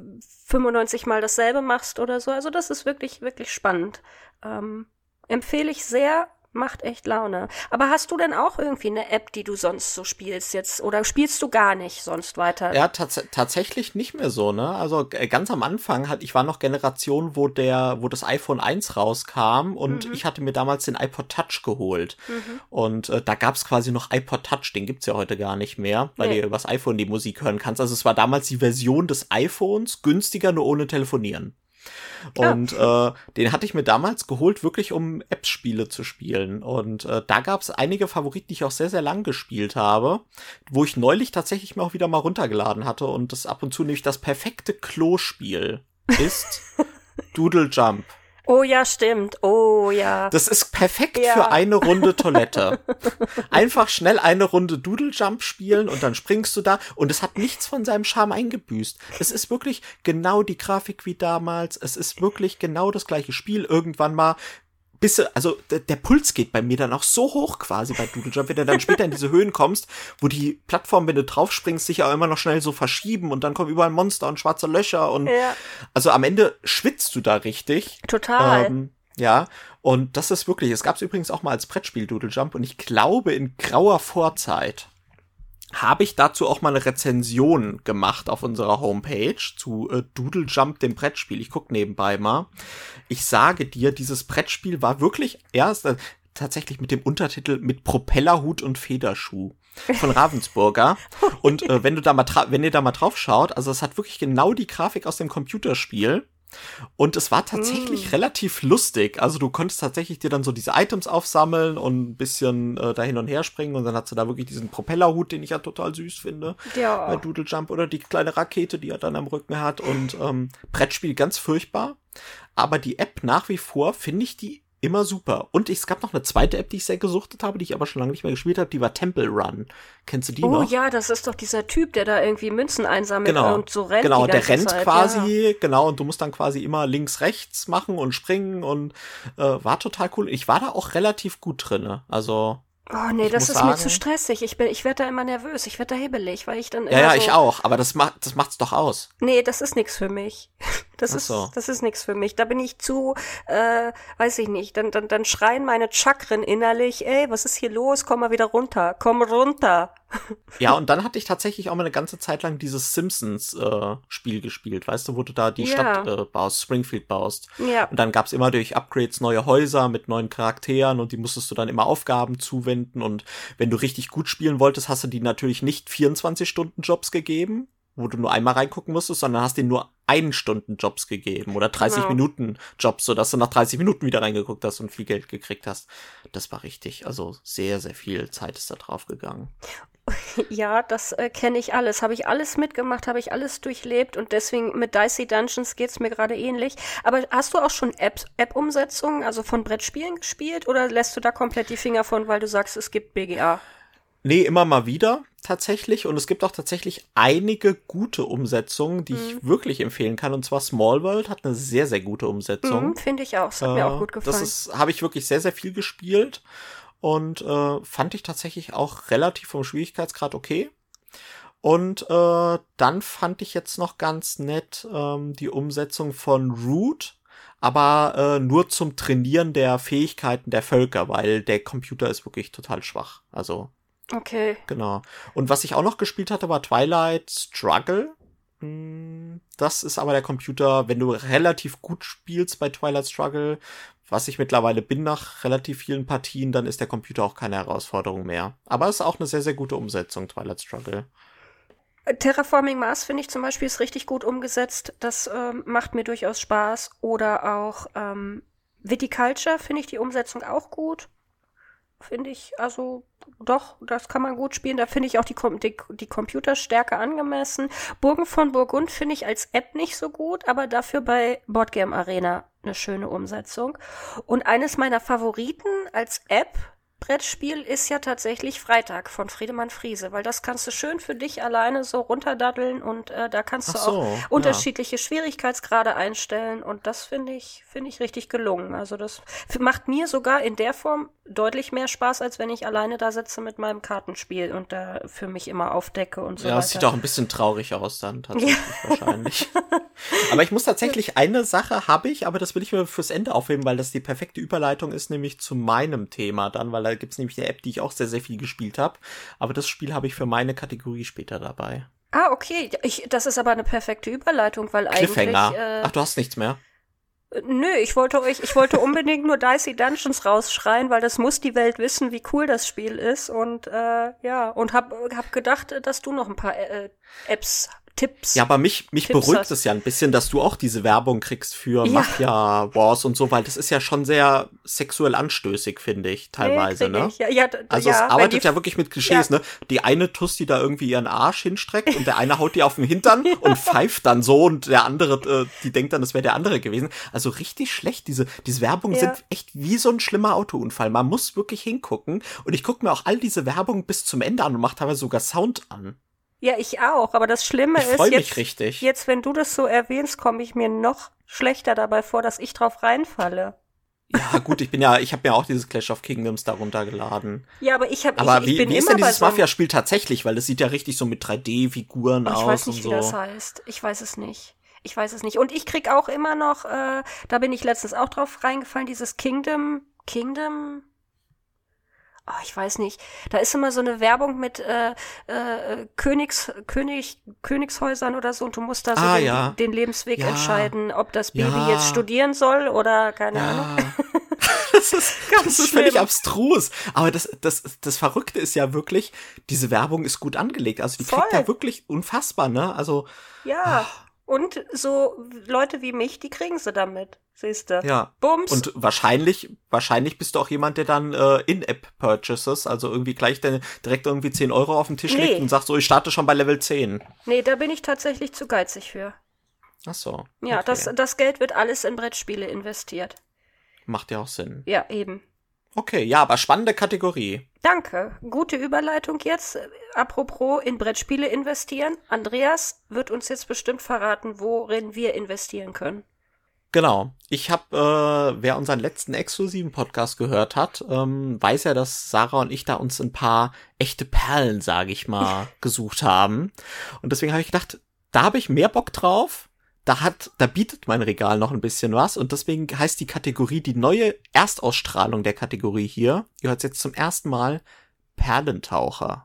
95 Mal dasselbe machst oder so. Also das ist wirklich, wirklich spannend. Empfehle ich sehr. Macht echt Laune. Aber hast du denn auch irgendwie eine App, die du sonst so spielst jetzt? Oder spielst du gar nicht sonst weiter? Ja, tatsächlich nicht mehr so, ne? Also ganz am Anfang ich war noch Generation, wo das iPhone 1 rauskam und ich hatte mir damals den iPod Touch geholt. Und da gab's quasi noch iPod Touch, den gibt's ja heute gar nicht mehr, weil du übers iPhone die Musik hören kannst. Also es war damals die Version des iPhones, günstiger, nur ohne Telefonieren. Und den hatte ich mir damals geholt, wirklich um App-Spiele zu spielen. Und da gab es einige Favoriten, die ich auch sehr, sehr lang gespielt habe, wo ich neulich tatsächlich auch wieder mal runtergeladen hatte. Und das ab und zu nämlich das perfekte Klospiel ist Doodle Jump. Oh ja, stimmt. Oh ja. Das ist perfekt für eine Runde Toilette. Einfach schnell eine Runde Doodle Jump spielen und dann springst du da und es hat nichts von seinem Charme eingebüßt. Es ist wirklich genau die Grafik wie damals. Es ist wirklich genau das gleiche Spiel. Irgendwann mal also der Puls geht bei mir dann auch so hoch quasi bei Doodle Jump, wenn du dann später in diese Höhen kommst, wo die Plattformen, wenn du drauf springst, sich ja immer noch schnell so verschieben und dann kommen überall Monster und schwarze Löcher und also am Ende schwitzt du da richtig. Total. Ja, und das ist wirklich, es gab es übrigens auch mal als Brettspiel Doodle Jump und ich glaube in grauer Vorzeit habe ich dazu auch mal eine Rezension gemacht auf unserer Homepage zu Doodle Jump, dem Brettspiel. Ich guck nebenbei mal. Ich sage dir, dieses Brettspiel war wirklich erst tatsächlich mit dem Untertitel mit Propellerhut und Federschuh. von Ravensburger. Und wenn ihr da mal drauf schaut, also es hat wirklich genau die Grafik aus dem Computerspiel. Und es war tatsächlich relativ lustig. Also du konntest tatsächlich dir dann so diese Items aufsammeln und ein bisschen da hin und her springen. Und dann hast du da wirklich diesen Propellerhut, den ich ja total süß finde. Ja. Bei Doodle Jump oder die kleine Rakete, die er dann am Rücken hat. Und Brettspiel ganz furchtbar. Aber die App nach wie vor finde ich die immer super. Und es gab noch eine zweite App, die ich sehr gesuchtet habe, die ich aber schon lange nicht mehr gespielt habe, die war Temple Run. Kennst du die noch? Oh ja, das ist doch dieser Typ, der da irgendwie Münzen einsammelt Genau. und so rennt. Genau, die der ganze rennt Zeit. quasi, ja. genau, und du musst dann quasi immer links, rechts machen und springen und war total cool. Ich war da auch relativ gut drinne. Also Oh nee, ich das muss ist mir sagen- zu stressig. Ich werde da immer nervös, ich werde da hibbelig, weil ich dann immer ja, so, ich auch, aber das macht's doch aus. Nee, das ist nix für mich. Das Ach so. das ist nix für mich. Da bin ich zu, weiß ich nicht, dann schreien meine Chakren innerlich, ey, was ist hier los? Komm mal wieder runter. Komm runter. Ja, und dann hatte ich tatsächlich auch mal eine ganze Zeit lang dieses Simpsons-Spiel gespielt, weißt du, wo du da die Ja. Stadt baust, Springfield baust. Ja. Und dann gab's immer durch Upgrades neue Häuser mit neuen Charakteren und die musstest du dann immer Aufgaben zuwenden. Und wenn du richtig gut spielen wolltest, hast du die natürlich nicht 24-Stunden-Jobs gegeben, wo du nur einmal reingucken musstest, sondern hast denen nur 1-Stunden-Jobs gegeben oder 30-Minuten-Jobs, sodass du nach 30 Minuten wieder reingeguckt hast und viel Geld gekriegt hast. Das war richtig. Also sehr, sehr viel Zeit ist da drauf gegangen. Ja, das kenne ich alles. Habe ich alles mitgemacht, habe ich alles durchlebt und deswegen mit Dicey Dungeons geht's mir gerade ähnlich. Aber hast du auch schon App-Umsetzungen, also von Brettspielen gespielt oder lässt du da komplett die Finger von, weil du sagst, es gibt BGA? Nee, immer mal wieder tatsächlich. Und es gibt auch tatsächlich einige gute Umsetzungen, die ich wirklich empfehlen kann. Und zwar Small World hat eine sehr, sehr gute Umsetzung. Finde ich auch. Das hat mir auch gut gefallen. Habe ich wirklich sehr, sehr viel gespielt. Und fand ich tatsächlich auch relativ vom Schwierigkeitsgrad okay. Und dann fand ich jetzt noch ganz nett die Umsetzung von Root, aber nur zum Trainieren der Fähigkeiten der Völker, weil der Computer ist wirklich total schwach. Also Okay. genau. Und was ich auch noch gespielt hatte, war Twilight Struggle. Das ist aber der Computer, wenn du relativ gut spielst bei Twilight Struggle, was ich mittlerweile bin nach relativ vielen Partien, dann ist der Computer auch keine Herausforderung mehr. Aber es ist auch eine sehr, sehr gute Umsetzung, Twilight Struggle. Terraforming Mars finde ich zum Beispiel ist richtig gut umgesetzt. Das macht mir durchaus Spaß. Oder auch Viticulture finde ich die Umsetzung auch gut. Finde ich, also doch, das kann man gut spielen. Da finde ich auch die Computerstärke angemessen. Burgen von Burgund finde ich als App nicht so gut, aber dafür bei Boardgame Arena eine schöne Umsetzung. Und eines meiner Favoriten als App Brettspiel ist ja tatsächlich Freitag von Friedemann Friese, weil das kannst du schön für dich alleine so runterdaddeln und da kannst du auch unterschiedliche Schwierigkeitsgrade einstellen und das finde ich richtig gelungen. Also das macht mir sogar in der Form deutlich mehr Spaß, als wenn ich alleine da sitze mit meinem Kartenspiel und da für mich immer aufdecke und so weiter. Ja, es sieht auch ein bisschen traurig aus dann tatsächlich wahrscheinlich. Aber ich muss tatsächlich eine Sache habe ich, aber das will ich mir fürs Ende aufheben, weil das die perfekte Überleitung ist, nämlich zu meinem Thema dann, weil da gibt's nämlich eine App, die ich auch sehr, sehr viel gespielt habe. Aber das Spiel habe ich für meine Kategorie später dabei. Ah, okay. Das ist aber eine perfekte Überleitung, weil Cliffhanger. eigentlich... Ach, du hast nichts mehr? Nö, ich wollte unbedingt nur Dicey Dungeons rausschreien, weil das muss die Welt wissen, wie cool das Spiel ist und und hab gedacht, dass du noch ein paar Apps Tipps. Ja, aber mich Tipps beruhigt hast. es ja ein bisschen, dass du auch diese Werbung kriegst für Mafia Wars und so, weil das ist ja schon sehr sexuell anstößig, finde ich, teilweise, Nee, ne? ich. Ja, Also es wenn arbeitet die- ja wirklich mit Klischees, ne? Die eine Tussi da irgendwie ihren Arsch hinstreckt und der eine haut die auf den Hintern und pfeift dann so und der andere, die denkt dann, das wäre der andere gewesen. Also richtig schlecht. Diese Werbungen sind echt wie so ein schlimmer Autounfall. Man muss wirklich hingucken und ich gucke mir auch all diese Werbung bis zum Ende an und mache teilweise sogar Sound an. Ja, ich auch, aber das Schlimme Ich ist freu mich richtig. jetzt, wenn du das so erwähnst, komme ich mir noch schlechter dabei vor, dass ich drauf reinfalle. Ja, gut, ich habe mir auch dieses Clash of Kingdoms da runtergeladen. Ja, aber ich Aber bin wie ist immer denn bei dieses so einem- Mafia-Spiel tatsächlich? Weil das sieht ja richtig so mit 3D-Figuren Ich aus weiß nicht, und wie so. das heißt. Ich weiß es nicht. Und ich krieg auch immer noch, da bin ich letztens auch drauf reingefallen, dieses Kingdom, ich weiß nicht. Da ist immer so eine Werbung mit Königshäusern oder so und du musst da so den Lebensweg entscheiden, ob das Baby jetzt studieren soll oder keine Ahnung. Das Das ist völlig abstrus. Aber das Verrückte ist ja wirklich, diese Werbung ist gut angelegt. Also die kriegt ja wirklich unfassbar, ne? Also. Ja. Und so Leute wie mich, die kriegen sie damit. Siehste. Ja. Bums. Und wahrscheinlich bist du auch jemand, der dann In-App-Purchases, also irgendwie gleich direkt irgendwie 10 Euro auf den Tisch legt und sagt so, ich starte schon bei Level 10. Nee, da bin ich tatsächlich zu geizig für. Ach so. Ja, okay. das Geld wird alles in Brettspiele investiert. Macht ja auch Sinn. Ja, eben. Okay, ja, aber spannende Kategorie. Danke. Gute Überleitung jetzt. Apropos in Brettspiele investieren. Andreas wird uns jetzt bestimmt verraten, worin wir investieren können. Genau. Ich habe, wer unseren letzten exklusiven Podcast gehört hat, weiß ja, dass Sarah und ich da uns ein paar echte Perlen, sage ich mal, gesucht haben. Und deswegen habe ich gedacht, da habe ich mehr Bock drauf. Da bietet mein Regal noch ein bisschen was und deswegen heißt die Kategorie, die neue Erstausstrahlung der Kategorie hier, ihr hört jetzt zum ersten Mal, Perlentaucher.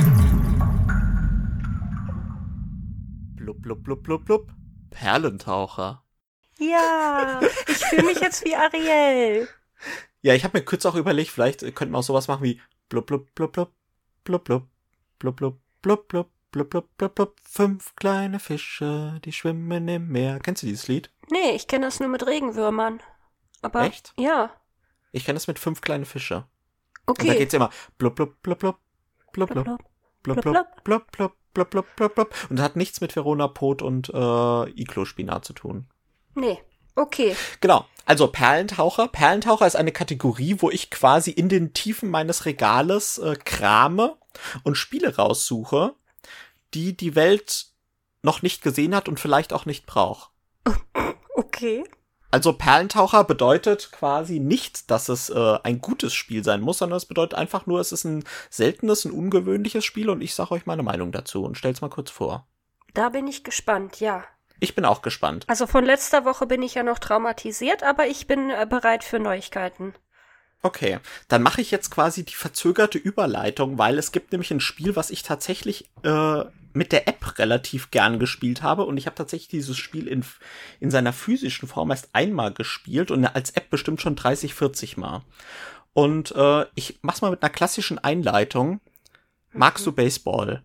Blub, blub, blub, blub, blub. Perlentaucher. Ja, ich fühle mich jetzt wie Ariel. Ja, ich habe mir kurz auch überlegt, vielleicht könnten wir auch sowas machen wie blub, blub, blub, blub, blub, blub, blub, blub, blub, blub. Blub, blub, blub, blub, 5 kleine Fische, die schwimmen im Meer. Kennst du dieses Lied? Nee, ich kenne das nur mit Regenwürmern. Aber echt? Ja. Ich kenne das mit 5 kleine Fische. Okay. Und da geht's immer blub, blub, blub, blub, blub, blub, blub, blub, blub, blub, blub, blub, blub, blub, blub. Und das hat nichts mit Verona Pot und Iglo-Spinat zu tun. Nee. Okay. Genau. Also Perlentaucher. Perlentaucher ist eine Kategorie, wo ich quasi in den Tiefen meines Regales krame und Spiele raussuche, die Welt noch nicht gesehen hat und vielleicht auch nicht braucht. Okay. Also Perlentaucher bedeutet quasi nicht, dass es ein gutes Spiel sein muss, sondern es bedeutet einfach nur, es ist ein seltenes, ein ungewöhnliches Spiel und ich sage euch meine Meinung dazu und stell's mal kurz vor. Da bin ich gespannt, ja. Ich bin auch gespannt. Also von letzter Woche bin ich ja noch traumatisiert, aber ich bin bereit für Neuigkeiten. Okay, dann mache ich jetzt quasi die verzögerte Überleitung, weil es gibt nämlich ein Spiel, was ich tatsächlich mit der App relativ gern gespielt habe und ich habe tatsächlich dieses Spiel in seiner physischen Form erst einmal gespielt und als App bestimmt schon 30, 40 Mal. Und ich mach's mal mit einer klassischen Einleitung. Magst du Baseball?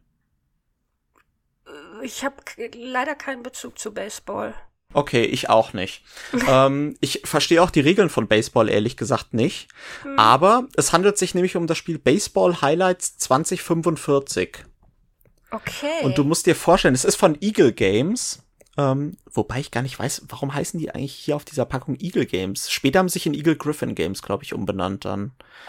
Ich habe leider keinen Bezug zu Baseball. Okay, ich auch nicht. Ich verstehe auch die Regeln von Baseball ehrlich gesagt nicht. Aber es handelt sich nämlich um das Spiel Baseball Highlights 2045. Okay. Und du musst dir vorstellen, es ist von Eagle Games. Wobei ich gar nicht weiß, warum heißen die eigentlich hier auf dieser Packung Eagle Games? Später haben sie sich in Eagle Griffin Games, glaube ich, umbenannt dann.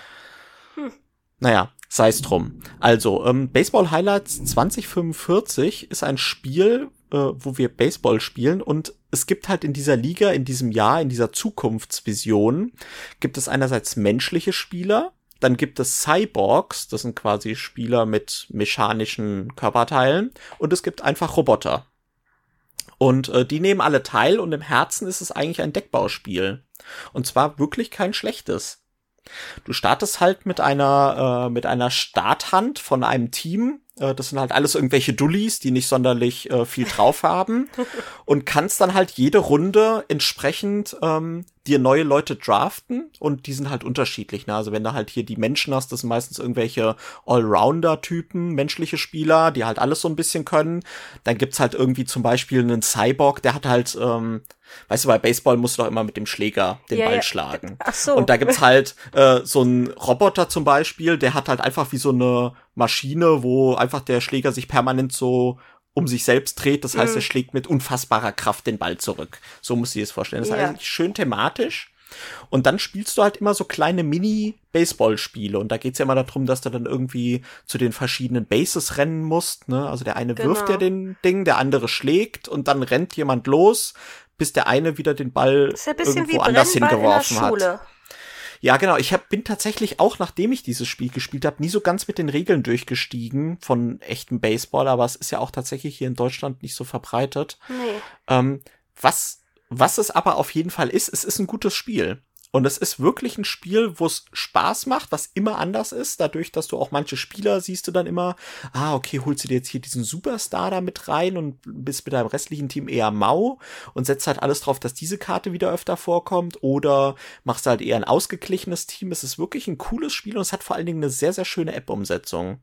Naja, sei es drum. Also, Baseball Highlights 2045 ist ein Spiel, wo wir Baseball spielen und es gibt halt in dieser Liga, in diesem Jahr, in dieser Zukunftsvision, gibt es einerseits menschliche Spieler, dann gibt es Cyborgs, das sind quasi Spieler mit mechanischen Körperteilen und es gibt einfach Roboter. Und die nehmen alle teil und im Herzen ist es eigentlich ein Deckbauspiel. Und zwar wirklich kein schlechtes. Du startest halt mit einer Starthand von einem Team. Das sind halt alles irgendwelche Dullis, die nicht sonderlich viel drauf haben. Und kannst dann halt jede Runde entsprechend dir neue Leute draften. Und die sind halt unterschiedlich. Ne? Also wenn du halt hier die Menschen hast, das sind meistens irgendwelche Allrounder-Typen, menschliche Spieler, die halt alles so ein bisschen können. Dann gibt's halt irgendwie zum Beispiel einen Cyborg, der hat halt weißt du, bei Baseball musst du doch immer mit dem Schläger den Ball schlagen. Ach so. Und da gibt's halt so einen Roboter zum Beispiel, der hat halt einfach wie so eine Maschine, wo einfach der Schläger sich permanent so um sich selbst dreht. Das heißt, er schlägt mit unfassbarer Kraft den Ball zurück. So musst du dir das vorstellen. Das ist eigentlich schön thematisch. Und dann spielst du halt immer so kleine Mini-Baseball-Spiele. Und da geht's ja immer darum, dass du dann irgendwie zu den verschiedenen Bases rennen musst. Ne? Also der eine wirft ja den Ding, der andere schlägt und dann rennt jemand los, bis der eine wieder den Ball irgendwo anders hingeworfen hat. Ja, genau. Ich bin tatsächlich auch, nachdem ich dieses Spiel gespielt habe, nie so ganz mit den Regeln durchgestiegen von echtem Baseball, aber es ist ja auch tatsächlich hier in Deutschland nicht so verbreitet. Nee. Was es aber auf jeden Fall ist, es ist ein gutes Spiel. Und es ist wirklich ein Spiel, wo es Spaß macht, was immer anders ist. Dadurch, dass du auch manche Spieler siehst du dann immer, okay, holst du dir jetzt hier diesen Superstar da mit rein und bist mit deinem restlichen Team eher mau und setzt halt alles drauf, dass diese Karte wieder öfter vorkommt. Oder machst du halt eher ein ausgeglichenes Team. Es ist wirklich ein cooles Spiel und es hat vor allen Dingen eine sehr, sehr schöne App-Umsetzung.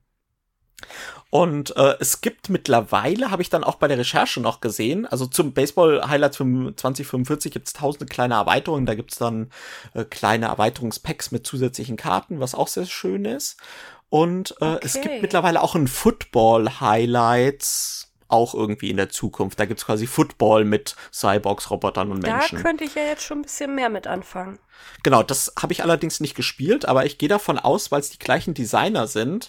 Und es gibt mittlerweile, habe ich dann auch bei der Recherche noch gesehen, also zum Baseball-Highlights 2045 gibt es tausende kleine Erweiterungen, da gibt es dann kleine Erweiterungspacks mit zusätzlichen Karten, was auch sehr schön ist. Und es gibt mittlerweile auch ein Football-Highlights, auch irgendwie in der Zukunft. Da gibt's quasi Football mit Cyborgs, Robotern und Menschen. Da könnte ich ja jetzt schon ein bisschen mehr mit anfangen. Genau, das habe ich allerdings nicht gespielt, aber ich gehe davon aus, weil es die gleichen Designer sind,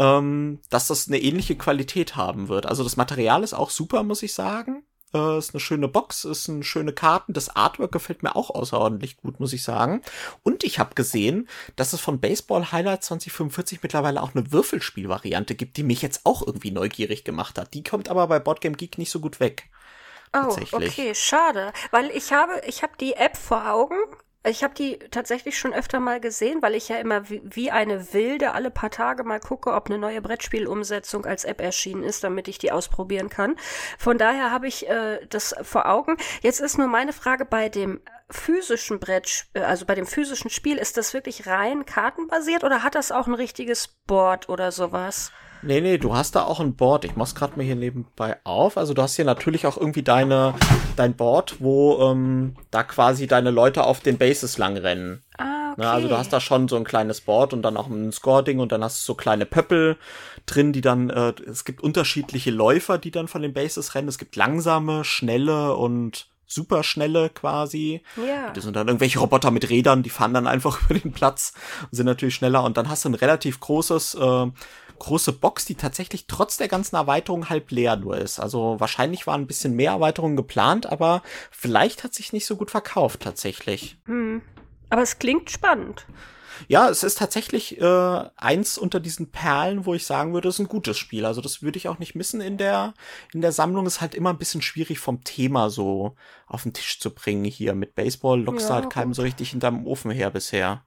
dass das eine ähnliche Qualität haben wird. Also das Material ist auch super, muss ich sagen. Ist eine schöne Box, ist eine schöne Karten. Das Artwork gefällt mir auch außerordentlich gut, muss ich sagen. Und ich habe gesehen, dass es von Baseball Highlights 2045 mittlerweile auch eine Würfelspielvariante gibt, die mich jetzt auch irgendwie neugierig gemacht hat. Die kommt aber bei Boardgame Geek nicht so gut weg. Oh, okay, schade. Weil ich habe die App vor Augen. Ich habe die tatsächlich schon öfter mal gesehen, weil ich ja immer wie eine Wilde alle paar Tage mal gucke, ob eine neue Brettspielumsetzung als App erschienen ist, damit ich die ausprobieren kann. Von daher habe ich das vor Augen. Jetzt ist nur meine Frage bei dem physischen also bei dem physischen Spiel, ist das wirklich rein kartenbasiert oder hat das auch ein richtiges Board oder sowas? Nee, du hast da auch ein Board. Ich mach's gerade mal hier nebenbei auf. Also du hast hier natürlich auch irgendwie dein Board, wo da quasi deine Leute auf den Bases lang rennen. Ah, okay. Also du hast da schon so ein kleines Board und dann auch ein Score-Ding und dann hast du so kleine Pöppel drin, die dann, es gibt unterschiedliche Läufer, die dann von den Bases rennen. Es gibt langsame, schnelle und superschnelle quasi. Ja. Das sind dann irgendwelche Roboter mit Rädern, die fahren dann einfach über den Platz und sind natürlich schneller. Und dann hast du ein relativ große Box, die tatsächlich trotz der ganzen Erweiterung halb leer nur ist. Also wahrscheinlich waren ein bisschen mehr Erweiterungen geplant, aber vielleicht hat sich nicht so gut verkauft tatsächlich. Aber es klingt spannend. Ja, es ist tatsächlich eins unter diesen Perlen, wo ich sagen würde, es ist ein gutes Spiel. Also das würde ich auch nicht missen in der Sammlung. Ist halt immer ein bisschen schwierig vom Thema so auf den Tisch zu bringen hier. Mit Baseball lockst du halt keinem so richtig hinterm Ofen her bisher.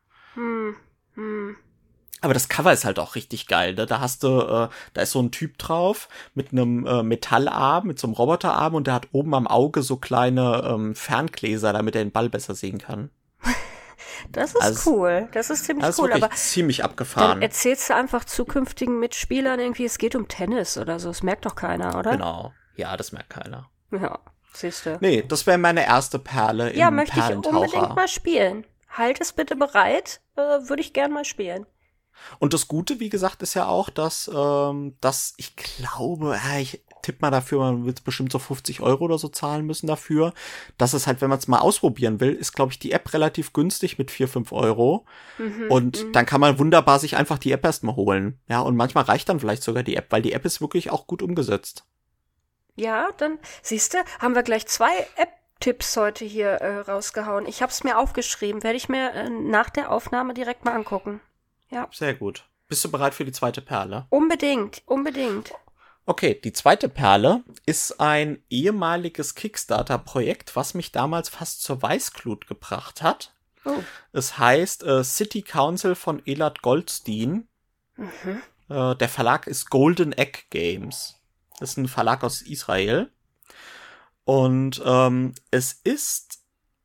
Aber das Cover ist halt auch richtig geil, ne? Da hast du, da ist so ein Typ drauf mit einem Metallarm, mit so einem Roboterarm und der hat oben am Auge so kleine Ferngläser, damit er den Ball besser sehen kann. Das ist cool. Das ist ziemlich das ist cool. Aber ziemlich abgefahren. Dann erzählst du einfach zukünftigen Mitspielern irgendwie, es geht um Tennis oder so. Das merkt doch keiner, oder? Genau. Ja, das merkt keiner. Ja, siehst du. Nee, das wäre meine erste Perle im Perlentaucher. Ja, möchte ich unbedingt mal spielen. Halt es bitte bereit. Würde ich gern mal spielen. Und das Gute, wie gesagt, ist ja auch, dass ich glaube, ich tippe mal dafür, man wird bestimmt so 50 € oder so zahlen müssen dafür. Dass es halt, wenn man es mal ausprobieren will, ist, glaube ich, die App relativ günstig mit 4-5 €. Und dann kann man wunderbar sich einfach die App erstmal holen. Ja, und manchmal reicht dann vielleicht sogar die App, weil die App ist wirklich auch gut umgesetzt. Ja, dann, siehst du, haben wir gleich 2 App-Tipps heute hier rausgehauen. Ich habe es mir aufgeschrieben. Werde ich mir nach der Aufnahme direkt mal angucken. Ja. Sehr gut. Bist du bereit für die zweite Perle? Unbedingt. Okay, die zweite Perle ist ein ehemaliges Kickstarter-Projekt, was mich damals fast zur Weißglut gebracht hat. Oh. Es heißt City Council von Elad Goldstein. Der Verlag ist Golden Egg Games. Das ist ein Verlag aus Israel. Und es ist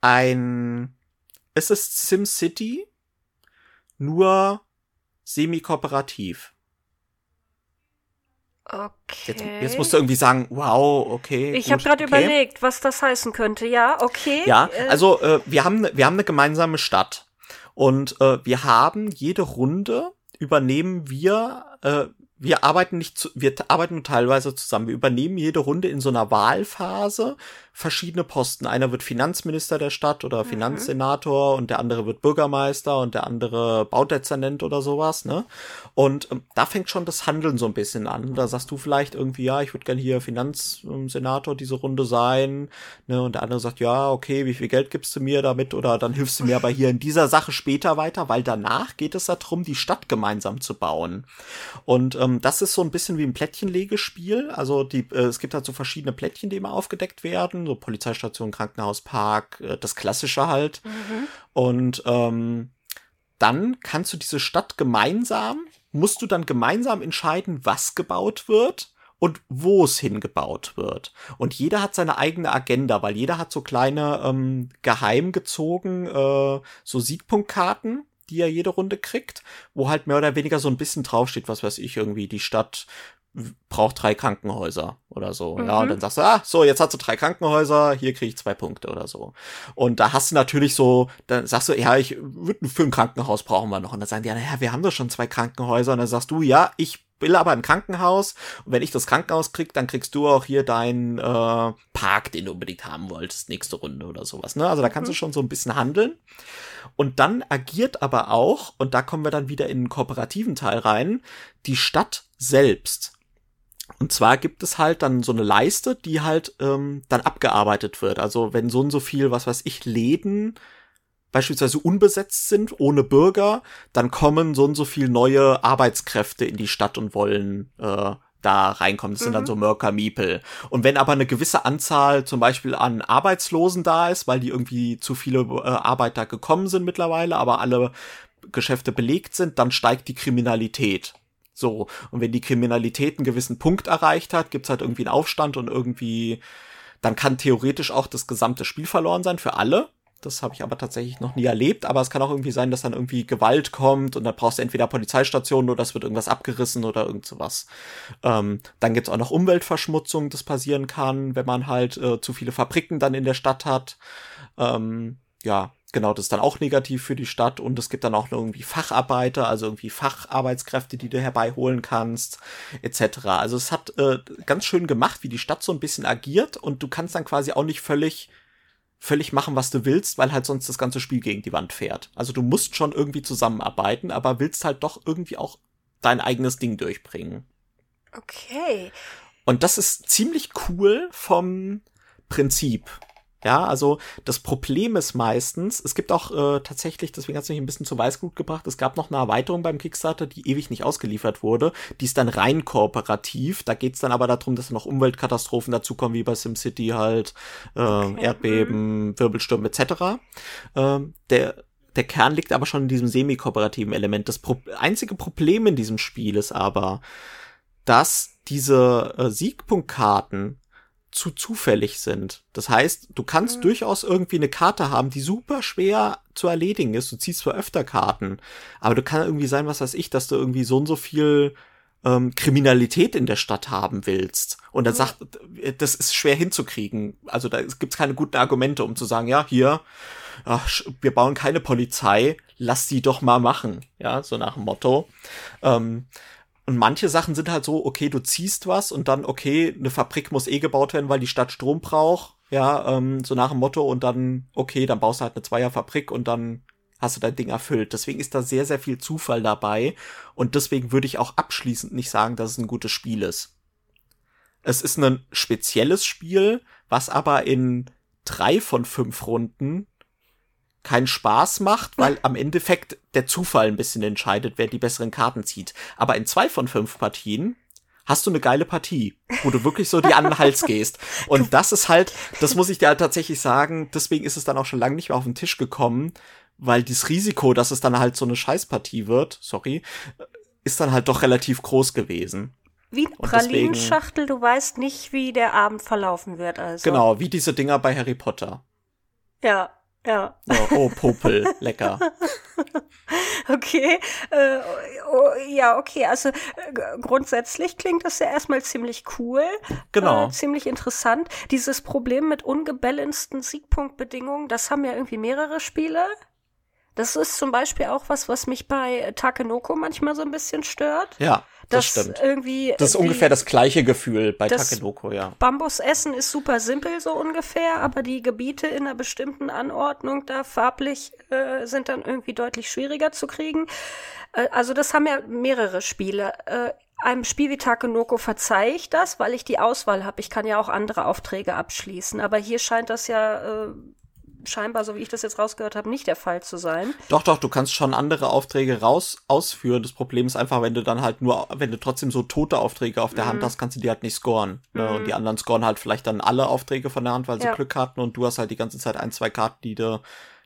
SimCity, nur semi-kooperativ. Okay. Jetzt musst du irgendwie sagen, wow, okay. Ich habe gerade überlegt, was das heißen könnte. Ja, okay. Ja, also wir haben eine gemeinsame Stadt. Und wir haben jede Runde übernehmen wir arbeiten nur teilweise zusammen. Wir übernehmen jede Runde in so einer Wahlphase verschiedene Posten. Einer wird Finanzminister der Stadt oder Finanzsenator und der andere wird Bürgermeister und der andere Baudezernent oder sowas, ne? Und da fängt schon das Handeln so ein bisschen an. Da sagst du vielleicht irgendwie, ja, ich würde gerne hier Finanzsenator diese Runde sein, ne? Und der andere sagt, ja, okay, wie viel Geld gibst du mir damit? Oder dann hilfst du mir aber hier in dieser Sache später weiter, weil danach geht es darum, die Stadt gemeinsam zu bauen. Und das ist so ein bisschen wie ein Plättchenlegespiel. Also es gibt halt so verschiedene Plättchen, die immer aufgedeckt werden. So Polizeistation, Krankenhaus, Park, das Klassische halt. Und dann kannst du diese Stadt musst du dann gemeinsam entscheiden, was gebaut wird und wo es hingebaut wird. Und jeder hat seine eigene Agenda, weil jeder hat so kleine geheim gezogen so Siegpunktkarten, die er jede Runde kriegt, wo halt mehr oder weniger so ein bisschen draufsteht, was weiß ich, irgendwie die Stadt braucht 3 Krankenhäuser oder so. Ja, und dann sagst du, so, jetzt hast du 3 Krankenhäuser, hier kriege ich 2 Punkte oder so. Und da hast du natürlich so, dann sagst du, ja, für ein Krankenhaus brauchen wir noch. Und dann sagen die, ja, wir haben doch schon 2 Krankenhäuser. Und dann sagst du, ja, ich will aber ein Krankenhaus. Und wenn ich das Krankenhaus krieg, dann kriegst du auch hier deinen Park, den du unbedingt haben wolltest, nächste Runde oder sowas. Ne? Also da kannst du schon so ein bisschen handeln. Und dann agiert aber auch, und da kommen wir dann wieder in den kooperativen Teil rein, die Stadt selbst. Und zwar gibt es halt dann so eine Leiste, die halt dann abgearbeitet wird. Also wenn so und so viel, was weiß ich, Läden beispielsweise unbesetzt sind, ohne Bürger, dann kommen so und so viel neue Arbeitskräfte in die Stadt und wollen da reinkommen. Das sind dann so Mörker, Miepel. Und wenn aber eine gewisse Anzahl zum Beispiel an Arbeitslosen da ist, weil die irgendwie zu viele Arbeiter gekommen sind mittlerweile, aber alle Geschäfte belegt sind, dann steigt die Kriminalität. So, und wenn die Kriminalität einen gewissen Punkt erreicht hat, gibt's halt irgendwie einen Aufstand und irgendwie, dann kann theoretisch auch das gesamte Spiel verloren sein für alle. Das habe ich aber tatsächlich noch nie erlebt, aber es kann auch irgendwie sein, dass dann irgendwie Gewalt kommt und dann brauchst du entweder Polizeistationen oder es wird irgendwas abgerissen oder irgend sowas. Dann gibt's auch noch Umweltverschmutzung, das passieren kann, wenn man halt zu viele Fabriken dann in der Stadt hat. Ja, genau, das ist dann auch negativ für die Stadt und es gibt dann auch irgendwie Facharbeiter, also irgendwie Facharbeitskräfte, die du herbeiholen kannst, etc. Also es hat ganz schön gemacht, wie die Stadt so ein bisschen agiert und du kannst dann quasi auch nicht völlig machen, was du willst, weil halt sonst das ganze Spiel gegen die Wand fährt. Also du musst schon irgendwie zusammenarbeiten, aber willst halt doch irgendwie auch dein eigenes Ding durchbringen. Okay. Und das ist ziemlich cool vom Prinzip. Ja, also das Problem ist meistens, es gibt auch tatsächlich, deswegen hat es mich ein bisschen zu Weißglut gebracht, es gab noch eine Erweiterung beim Kickstarter, die ewig nicht ausgeliefert wurde. Die ist dann rein kooperativ. Da geht's dann aber darum, dass noch Umweltkatastrophen dazukommen, wie bei SimCity halt, Erdbeben, Wirbelsturm etc. Der Kern liegt aber schon in diesem semi-kooperativen Element. Das einzige Problem in diesem Spiel ist aber, dass diese Siegpunktkarten zu zufällig sind. Das heißt, du kannst durchaus irgendwie eine Karte haben, die super schwer zu erledigen ist. Du ziehst zwar öfter Karten, aber du kann irgendwie sein, was weiß ich, dass du irgendwie so und so viel Kriminalität in der Stadt haben willst. Und dann sagt, das ist schwer hinzukriegen. Also da gibt's keine guten Argumente, um zu sagen, ja, hier, wir bauen keine Polizei, lass die doch mal machen. Ja, so nach dem Motto. Und manche Sachen sind halt so, okay, du ziehst was und dann, okay, eine Fabrik muss gebaut werden, weil die Stadt Strom braucht, ja, so nach dem Motto und dann, okay, dann baust du halt eine Zweierfabrik und dann hast du dein Ding erfüllt. Deswegen ist da sehr, sehr viel Zufall dabei und deswegen würde ich auch abschließend nicht sagen, dass es ein gutes Spiel ist. Es ist ein spezielles Spiel, was aber in 3 von 5 Runden keinen Spaß macht, weil am Endeffekt der Zufall ein bisschen entscheidet, wer die besseren Karten zieht. Aber in 2 von 5 Partien hast du eine geile Partie, wo du wirklich so die an den Hals gehst. Und das ist halt, das muss ich dir halt tatsächlich sagen, deswegen ist es dann auch schon lange nicht mehr auf den Tisch gekommen, weil dieses Risiko, dass es dann halt so eine Scheißpartie wird, ist dann halt doch relativ groß gewesen. Wie eine Pralinenschachtel, du weißt nicht, wie der Abend verlaufen wird. Also. Genau, wie diese Dinger bei Harry Potter. Ja. Ja. Oh, Popel, lecker. Okay, okay, also grundsätzlich klingt das ja erstmal ziemlich cool. Genau. Ziemlich interessant. Dieses Problem mit ungebalanceden Siegpunktbedingungen, das haben ja irgendwie mehrere Spiele. Das ist zum Beispiel auch was mich bei Takenoko manchmal so ein bisschen stört. Ja, das stimmt. Irgendwie das ist ungefähr das gleiche Gefühl bei Takenoko, ja. Bambusessen ist super simpel so ungefähr, aber die Gebiete in einer bestimmten Anordnung da farblich sind dann irgendwie deutlich schwieriger zu kriegen. Also das haben ja mehrere Spiele. Einem Spiel wie Takenoko verzeihe ich das, weil ich die Auswahl habe. Ich kann ja auch andere Aufträge abschließen. Aber hier scheint das ja scheinbar, so wie ich das jetzt rausgehört habe, nicht der Fall zu sein. Doch, du kannst schon andere Aufträge ausführen. Das Problem ist einfach, wenn du dann halt wenn du trotzdem so tote Aufträge auf der Hand hast, kannst du die halt nicht scoren. Ne? Und die anderen scoren halt vielleicht dann alle Aufträge von der Hand, weil sie Glück hatten und du hast halt die ganze Zeit 1, 2 Karten, die du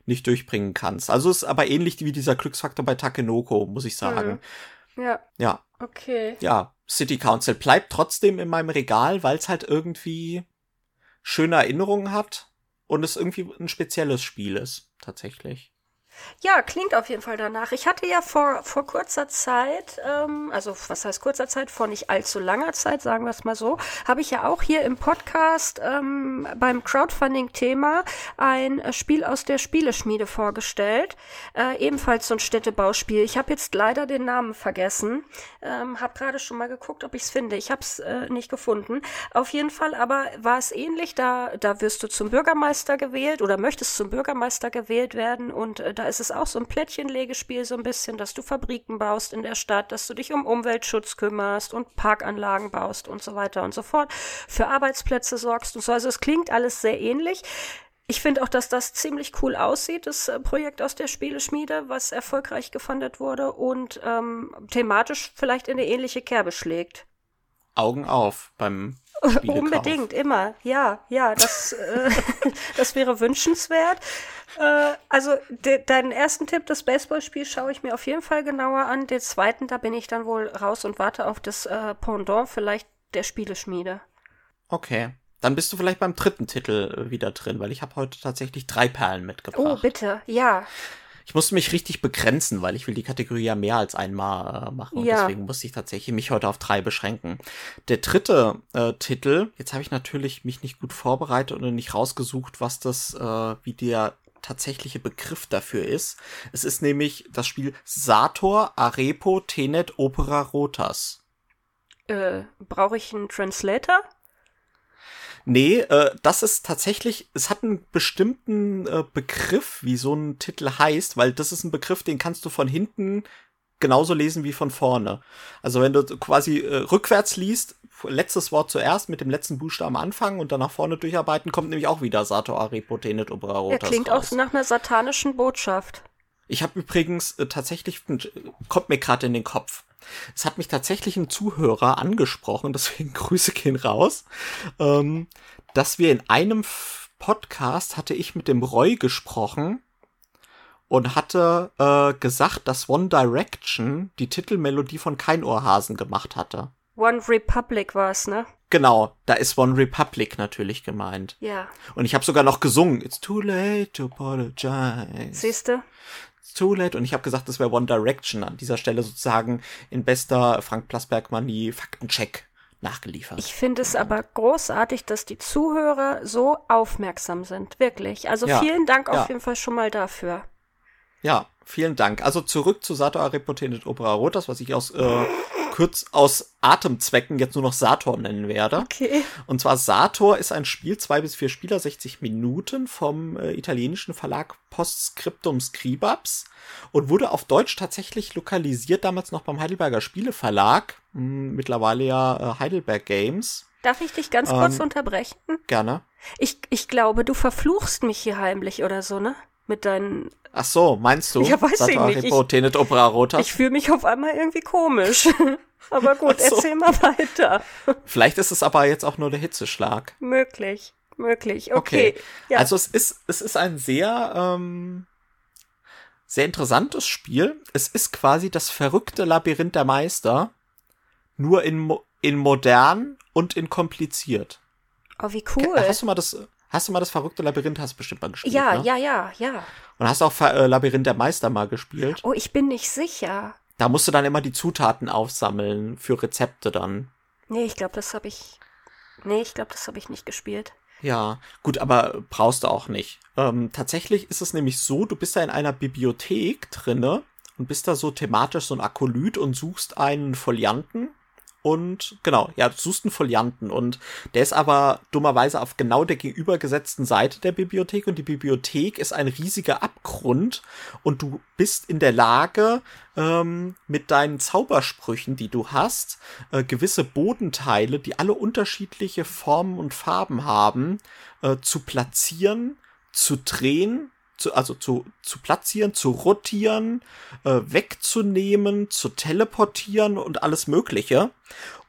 nicht durchbringen kannst. Also ist aber ähnlich wie dieser Glücksfaktor bei Takenoko, muss ich sagen. Ja. Ja. Okay. Ja, City Council bleibt trotzdem in meinem Regal, weil es halt irgendwie schöne Erinnerungen hat und es irgendwie ein spezielles Spiel ist, tatsächlich. Ja, klingt auf jeden Fall danach. Ich hatte ja vor kurzer Zeit, also was heißt kurzer Zeit, vor nicht allzu langer Zeit, sagen wir es mal so, habe ich ja auch hier im Podcast beim Crowdfunding-Thema ein Spiel aus der Spieleschmiede vorgestellt. Ebenfalls so ein Städtebauspiel. Ich habe jetzt leider den Namen vergessen. Habe gerade schon mal geguckt, ob ich es finde. Ich habe es nicht gefunden. Auf jeden Fall aber war es ähnlich. Da wirst du zum Bürgermeister gewählt oder möchtest zum Bürgermeister gewählt werden und da ist es auch so ein Plättchenlegespiel so ein bisschen, dass du Fabriken baust in der Stadt, dass du dich um Umweltschutz kümmerst und Parkanlagen baust und so weiter und so fort, für Arbeitsplätze sorgst und so. Also es klingt alles sehr ähnlich. Ich finde auch, dass das ziemlich cool aussieht, das Projekt aus der Spieleschmiede, was erfolgreich gefundet wurde und thematisch vielleicht in eine ähnliche Kerbe schlägt. Augen auf beim Spielekauf. Unbedingt, immer. Ja, das wäre wünschenswert. Also deinen ersten Tipp, das Baseballspiel, schaue ich mir auf jeden Fall genauer an. Den zweiten, da bin ich dann wohl raus und warte auf das Pendant, vielleicht der Spieleschmiede. Okay, dann bist du vielleicht beim dritten Titel wieder drin, weil ich habe heute tatsächlich 3 Perlen mitgebracht. Oh, bitte, ja. Ich musste mich richtig begrenzen, weil ich will die Kategorie ja mehr als einmal machen. Und deswegen musste ich tatsächlich mich heute auf 3 beschränken. Der dritte Titel, jetzt habe ich natürlich mich nicht gut vorbereitet und nicht rausgesucht, was das, wie der tatsächliche Begriff dafür ist. Es ist nämlich das Spiel Sator Arepo Tenet Opera Rotas. Brauche ich einen Translator? Nee, das ist tatsächlich, es hat einen bestimmten Begriff, wie so ein Titel heißt, weil das ist ein Begriff, den kannst du von hinten genauso lesen wie von vorne. Also wenn du quasi rückwärts liest, letztes Wort zuerst mit dem letzten Buchstaben anfangen und dann nach vorne durcharbeiten, kommt nämlich auch wieder Sator Arepo Tenet Opera Rotas. Klingt raus. Auch nach einer satanischen Botschaft. Ich habe übrigens tatsächlich, kommt mir gerade in den Kopf. Es hat mich tatsächlich ein Zuhörer angesprochen, deswegen Grüße gehen raus, dass wir in einem Podcast, hatte ich mit dem Roy gesprochen und hatte gesagt, dass One Direction die Titelmelodie von Kein Ohrhasen gemacht hatte. One Republic war's, ne? Genau, da ist One Republic natürlich gemeint. Ja. Und ich habe sogar noch gesungen, It's too late to apologize. Siehste? Too late. Und ich habe gesagt, das wäre One Direction. An dieser Stelle sozusagen in bester Frank Plasbergmann Faktencheck nachgeliefert. Ich finde es aber großartig, dass die Zuhörer so aufmerksam sind. Wirklich. Also vielen Dank auf jeden Fall schon mal dafür. Ja, vielen Dank. Also zurück zu Sator Arepo Tenet Opera Rotas, was ich aus Atemzwecken jetzt nur noch Sator nennen werde. Okay. Und zwar Sator ist ein Spiel, 2 bis 4 Spieler, 60 Minuten vom italienischen Verlag Postscriptum Scribabs und wurde auf Deutsch tatsächlich lokalisiert, damals noch beim Heidelberger Spieleverlag, mittlerweile ja Heidelberg Games. Darf ich dich ganz kurz unterbrechen? Gerne. Ich glaube, du verfluchst mich hier heimlich oder so, ne? Mit deinen... Ach so, meinst du? Ja, weiß ich nicht. Tenet Opera Rotas? Ich fühle mich auf einmal irgendwie komisch. Aber gut, erzähl mal weiter. Vielleicht ist es aber jetzt auch nur der Hitzeschlag. Möglich. Okay. Ja. Also es ist ein sehr, sehr interessantes Spiel. Es ist quasi das verrückte Labyrinth der Meister, nur in modern und in kompliziert. Oh, wie cool. Hast du mal das verrückte Labyrinth bestimmt mal gespielt? Ja, ne? ja. Und hast auch Labyrinth der Meister mal gespielt? Oh, ich bin nicht sicher. Da musst du dann immer die Zutaten aufsammeln für Rezepte dann. Nee, ich glaube, das habe ich nicht gespielt. Ja, gut, aber brauchst du auch nicht. Tatsächlich ist es nämlich so, du bist da in einer Bibliothek drinne und bist da so thematisch so ein Akolyt und suchst einen Folianten. Und genau, ja, du suchst einen Folianten und der ist aber dummerweise auf genau der gegenübergesetzten Seite der Bibliothek und die Bibliothek ist ein riesiger Abgrund und du bist in der Lage, mit deinen Zaubersprüchen, die du hast, gewisse Bodenteile, die alle unterschiedliche Formen und Farben haben, zu platzieren, zu drehen, zu platzieren, zu rotieren, wegzunehmen, zu teleportieren und alles Mögliche.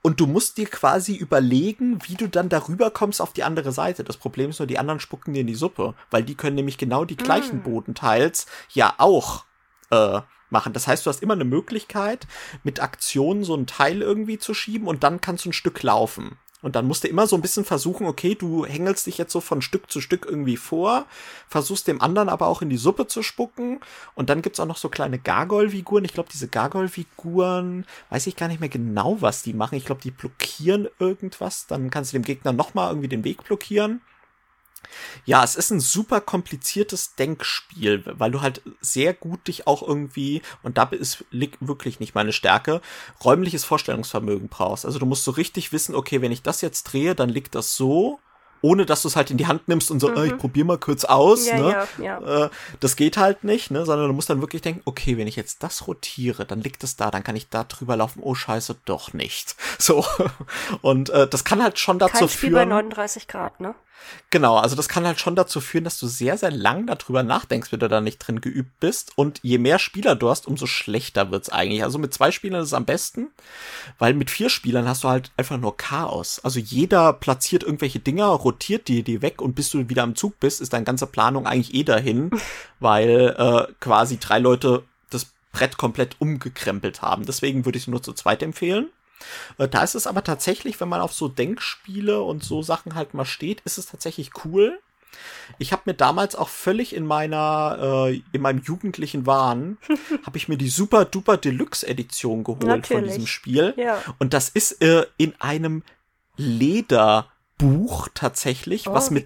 Und du musst dir quasi überlegen, wie du dann darüber kommst auf die andere Seite. Das Problem ist nur, die anderen spucken dir in die Suppe, weil die können nämlich genau die gleichen Bodenteils ja auch machen. Das heißt, du hast immer eine Möglichkeit, mit Aktionen so ein Teil irgendwie zu schieben und dann kannst du ein Stück laufen. Und dann musst du immer so ein bisschen versuchen, okay, du hängelst dich jetzt so von Stück zu Stück irgendwie vor, versuchst dem anderen aber auch in die Suppe zu spucken. Und dann gibt's auch noch so kleine Gargoyle-Figuren. Ich glaube, diese Gargoyle-Figuren, weiß ich gar nicht mehr genau, was die machen. Ich glaube, die blockieren irgendwas. Dann kannst du dem Gegner nochmal irgendwie den Weg blockieren. Ja, es ist ein super kompliziertes Denkspiel, weil du halt sehr gut dich auch irgendwie, und da liegt wirklich nicht meine Stärke, räumliches Vorstellungsvermögen brauchst. Also du musst so richtig wissen, okay, wenn ich das jetzt drehe, dann liegt das so, ohne dass du es halt in die Hand nimmst und so, ich probier mal kurz aus. Ja, ne? ja. Das geht halt nicht, ne? Sondern du musst dann wirklich denken, okay, wenn ich jetzt das rotiere, dann liegt es da, dann kann ich da drüber laufen, oh scheiße, doch nicht. So. Und das kann halt schon dazu Kein Spiel führen. bei 39 Grad, ne? Genau, also das kann halt schon dazu führen, dass du sehr, sehr lang darüber nachdenkst, wenn du da nicht drin geübt bist. Und je mehr Spieler du hast, umso schlechter wird's eigentlich. Also mit 2 Spielern ist es am besten, weil mit 4 Spielern hast du halt einfach nur Chaos. Also jeder platziert irgendwelche Dinger, rotiert die weg und bis du wieder am Zug bist, ist deine ganze Planung eigentlich dahin, weil quasi 3 Leute das Brett komplett umgekrempelt haben. Deswegen würde ich es nur zu zweit empfehlen. Da ist es aber tatsächlich, wenn man auf so Denkspiele und so Sachen halt mal steht, ist es tatsächlich cool. Ich habe mir damals auch völlig in meinem jugendlichen Wahn, habe ich mir die Super Duper Deluxe Edition geholt von diesem Spiel. Ja. Und das ist in einem Lederbuch tatsächlich, was mit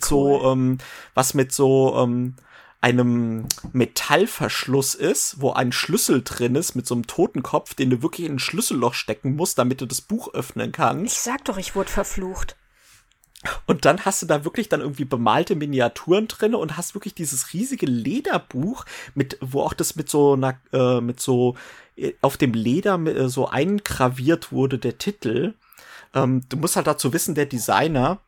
so einem Metallverschluss ist, wo ein Schlüssel drin ist mit so einem Totenkopf, den du wirklich in ein Schlüsselloch stecken musst, damit du das Buch öffnen kannst. Ich sag doch, ich wurde verflucht. Und dann hast du da wirklich dann irgendwie bemalte Miniaturen drin und hast wirklich dieses riesige Lederbuch, wo auch das mit so auf dem Leder so eingraviert wurde, der Titel. Du musst halt dazu wissen, der Designer,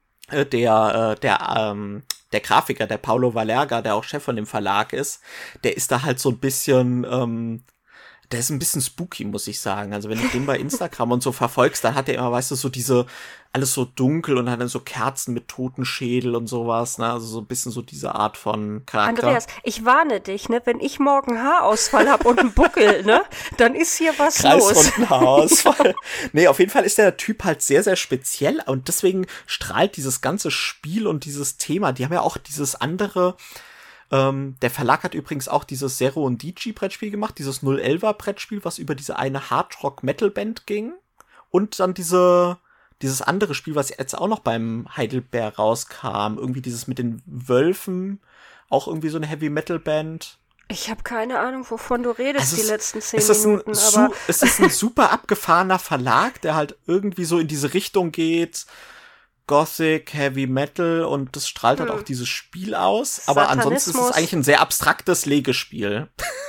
der Grafiker, der Paulo Valerga, der auch Chef von dem Verlag ist, der ist da halt so ein bisschen, der ist ein bisschen spooky, muss ich sagen. Also wenn du den bei Instagram und so verfolgst, dann hat er immer, weißt du, so alles so dunkel und hat dann so Kerzen mit Totenschädel und sowas, ne? Also so ein bisschen so diese Art von Charakter. Andreas, ich warne dich, ne? Wenn ich morgen Haarausfall hab und einen Buckel, ne? Dann ist hier was los. Kreisrunden Haarausfall. Nee, auf jeden Fall ist der Typ halt sehr, sehr speziell und deswegen strahlt dieses ganze Spiel und dieses Thema, die haben ja auch dieses andere. Der Verlag hat übrigens auch dieses Zero und DJ Brettspiel gemacht, dieses 011er Brettspiel, was über diese eine Hardrock-Metal-Band ging. Und dann dieses andere Spiel, was jetzt auch noch beim Heidelberg rauskam. Irgendwie dieses mit den Wölfen, auch irgendwie so eine Heavy-Metal-Band. Ich habe keine Ahnung, wovon du redest, die letzten 10 Minuten. Es ist ein super abgefahrener Verlag, der halt irgendwie so in diese Richtung geht. Gothic, Heavy Metal und das strahlt halt auch dieses Spiel aus. Aber ansonsten ist es eigentlich ein sehr abstraktes Legespiel.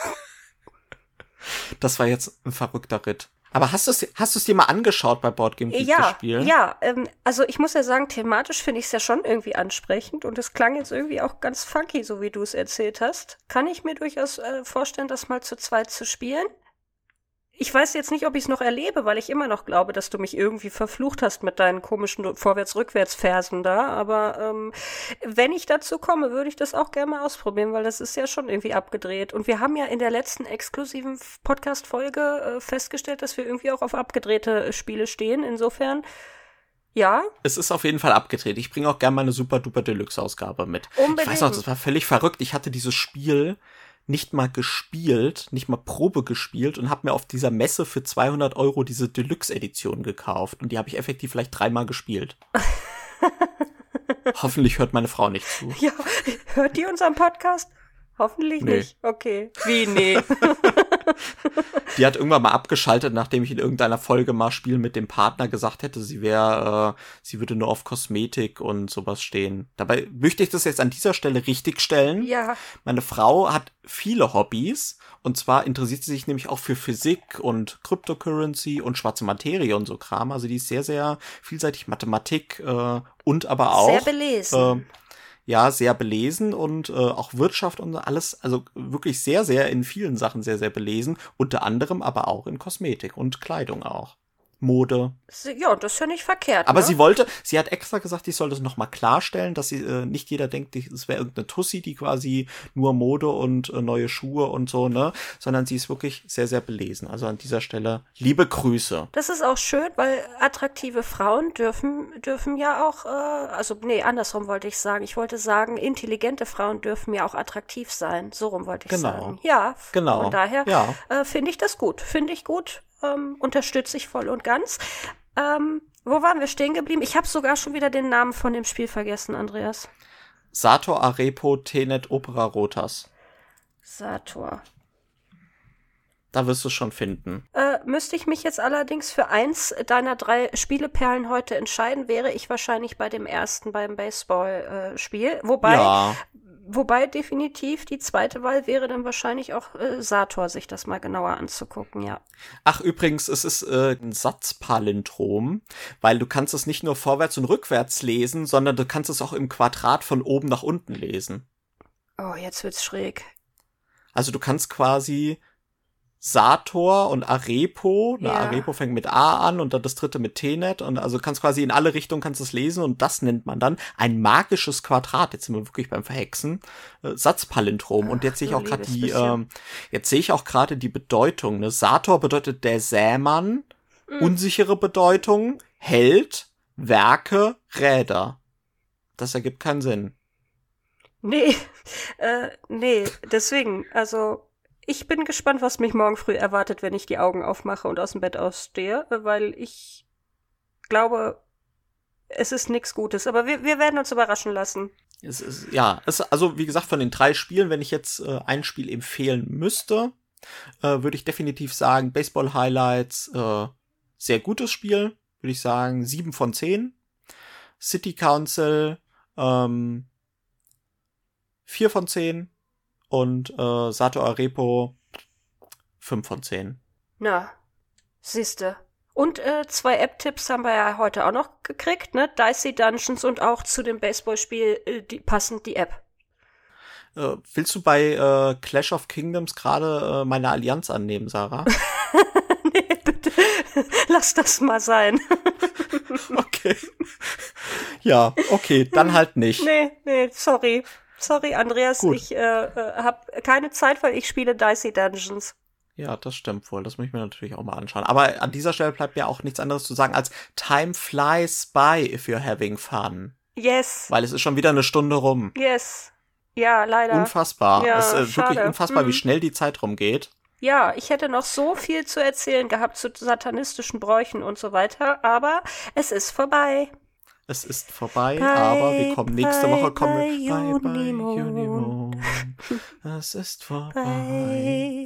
Das war jetzt ein verrückter Ritt. Aber hast du es dir mal angeschaut bei Boardgame Geek, das Spiel? Ja, also ich muss ja sagen, thematisch finde ich es ja schon irgendwie ansprechend und es klang jetzt irgendwie auch ganz funky, so wie du es erzählt hast. Kann ich mir durchaus vorstellen, das mal zu zweit zu spielen? Ich weiß jetzt nicht, ob ich es noch erlebe, weil ich immer noch glaube, dass du mich irgendwie verflucht hast mit deinen komischen Vorwärts-Rückwärts-Versen da. Aber wenn ich dazu komme, würde ich das auch gerne mal ausprobieren, weil das ist ja schon irgendwie abgedreht. Und wir haben ja in der letzten exklusiven Podcast-Folge festgestellt, dass wir irgendwie auch auf abgedrehte Spiele stehen. Insofern, ja. Es ist auf jeden Fall abgedreht. Ich bringe auch gerne mal eine Super-Duper-Deluxe-Ausgabe mit. Unbedingt. Ich weiß noch, das war völlig verrückt. Ich hatte dieses Spiel nicht mal gespielt, nicht mal Probe gespielt und habe mir auf dieser Messe für 200 € diese Deluxe-Edition gekauft. Und die habe ich effektiv vielleicht 3-mal gespielt. Hoffentlich hört meine Frau nicht zu. Ja, hört die unseren Podcast? Hoffentlich nicht. Okay. Wie, nee? Die hat irgendwann mal abgeschaltet, nachdem ich in irgendeiner Folge mal Spiel mit dem Partner gesagt hätte, sie würde nur auf Kosmetik und sowas stehen. Dabei möchte ich das jetzt an dieser Stelle richtig stellen. Ja. Meine Frau hat viele Hobbys und zwar interessiert sie sich nämlich auch für Physik und Cryptocurrency und schwarze Materie und so Kram. Also die ist sehr, sehr vielseitig, Mathematik und aber auch sehr belesen. Sehr belesen und auch Wirtschaft und alles, also wirklich sehr, sehr in vielen Sachen sehr, sehr belesen, unter anderem aber auch in Kosmetik und Kleidung auch. Mode. Ja, das ist ja nicht verkehrt. Aber ne? sie hat extra gesagt, ich soll das nochmal klarstellen, dass sie nicht jeder denkt, es wäre irgendeine Tussi, die quasi nur Mode und neue Schuhe und so, ne? Sondern sie ist wirklich sehr, sehr belesen. Also an dieser Stelle liebe Grüße. Das ist auch schön, weil attraktive Frauen dürfen ja auch, andersrum wollte ich sagen. Ich wollte sagen, intelligente Frauen dürfen ja auch attraktiv sein. So rum wollte ich sagen. Ja, genau. Von daher finde ich das gut. Finde ich gut. Unterstütze ich voll und ganz. Wo waren wir stehen geblieben? Ich habe sogar schon wieder den Namen von dem Spiel vergessen, Andreas. Sator Arepo Tenet Opera Rotas. Sator. Da wirst du es schon finden. Müsste ich mich jetzt allerdings für eins deiner 3 Spieleperlen heute entscheiden, wäre ich wahrscheinlich bei dem ersten, beim Baseball-Spiel. Wobei definitiv die zweite Wahl wäre dann wahrscheinlich auch Sator, sich das mal genauer anzugucken, ja. Ach, übrigens, es ist ein Satzpalindrom, weil du kannst es nicht nur vorwärts und rückwärts lesen, sondern du kannst es auch im Quadrat von oben nach unten lesen. Oh, jetzt wird's schräg. Also du kannst quasi Sator und Arepo, Arepo fängt mit A an und dann das dritte mit Tenet und also kannst quasi in alle Richtungen kannst es lesen und das nennt man dann ein magisches Quadrat. Jetzt sind wir wirklich beim Verhexen. Satzpalindrom. Und jetzt sehe ich auch gerade die Bedeutung. Ne? Sator bedeutet der Sämann, unsichere Bedeutung, Held, Werke, Räder. Das ergibt keinen Sinn. Nee, deswegen, also ich bin gespannt, was mich morgen früh erwartet, wenn ich die Augen aufmache und aus dem Bett ausstehe, weil ich glaube, es ist nichts Gutes. Aber wir werden uns überraschen lassen. Also wie gesagt, von den 3 Spielen, wenn ich jetzt ein Spiel empfehlen müsste, würde ich definitiv sagen, Baseball Highlights, sehr gutes Spiel, würde ich sagen, 7 von 10. City Council, 4 von 10. Und Sator Arepo 5 von 10. Na, siehste. Und 2 App-Tipps haben wir ja heute auch noch gekriegt, ne? Dicey Dungeons und auch zu dem Baseballspiel passend die App. Willst du bei Clash of Kingdoms gerade meine Allianz annehmen, Sarah? Nee, bitte. Lass das mal sein. Okay. Ja, okay, dann halt nicht. Nee, sorry. Sorry, Andreas, gut. Ich habe keine Zeit, weil ich spiele Dicey Dungeons. Ja, das stimmt wohl. Das muss ich mir natürlich auch mal anschauen. Aber an dieser Stelle bleibt mir auch nichts anderes zu sagen als Time flies by if you're having fun. Yes. Weil es ist schon wieder eine Stunde rum. Yes. Ja, leider. Unfassbar. Ja, es ist wirklich unfassbar, wie schnell die Zeit rumgeht. Ja, ich hätte noch so viel zu erzählen gehabt zu satanistischen Bräuchen und so weiter, aber es ist vorbei. Es ist vorbei, aber wir kommen nächste Woche. Bye, Unimond. Es ist vorbei.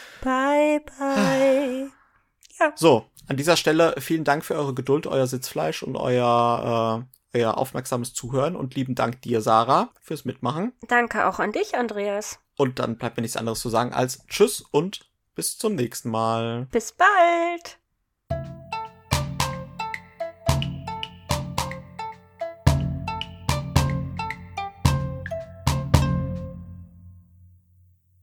Bye. Ja. So, an dieser Stelle vielen Dank für eure Geduld, euer Sitzfleisch und euer aufmerksames Zuhören und lieben Dank dir, Sarah, fürs Mitmachen. Danke auch an dich, Andreas. Und dann bleibt mir nichts anderes zu sagen als Tschüss und bis zum nächsten Mal. Bis bald.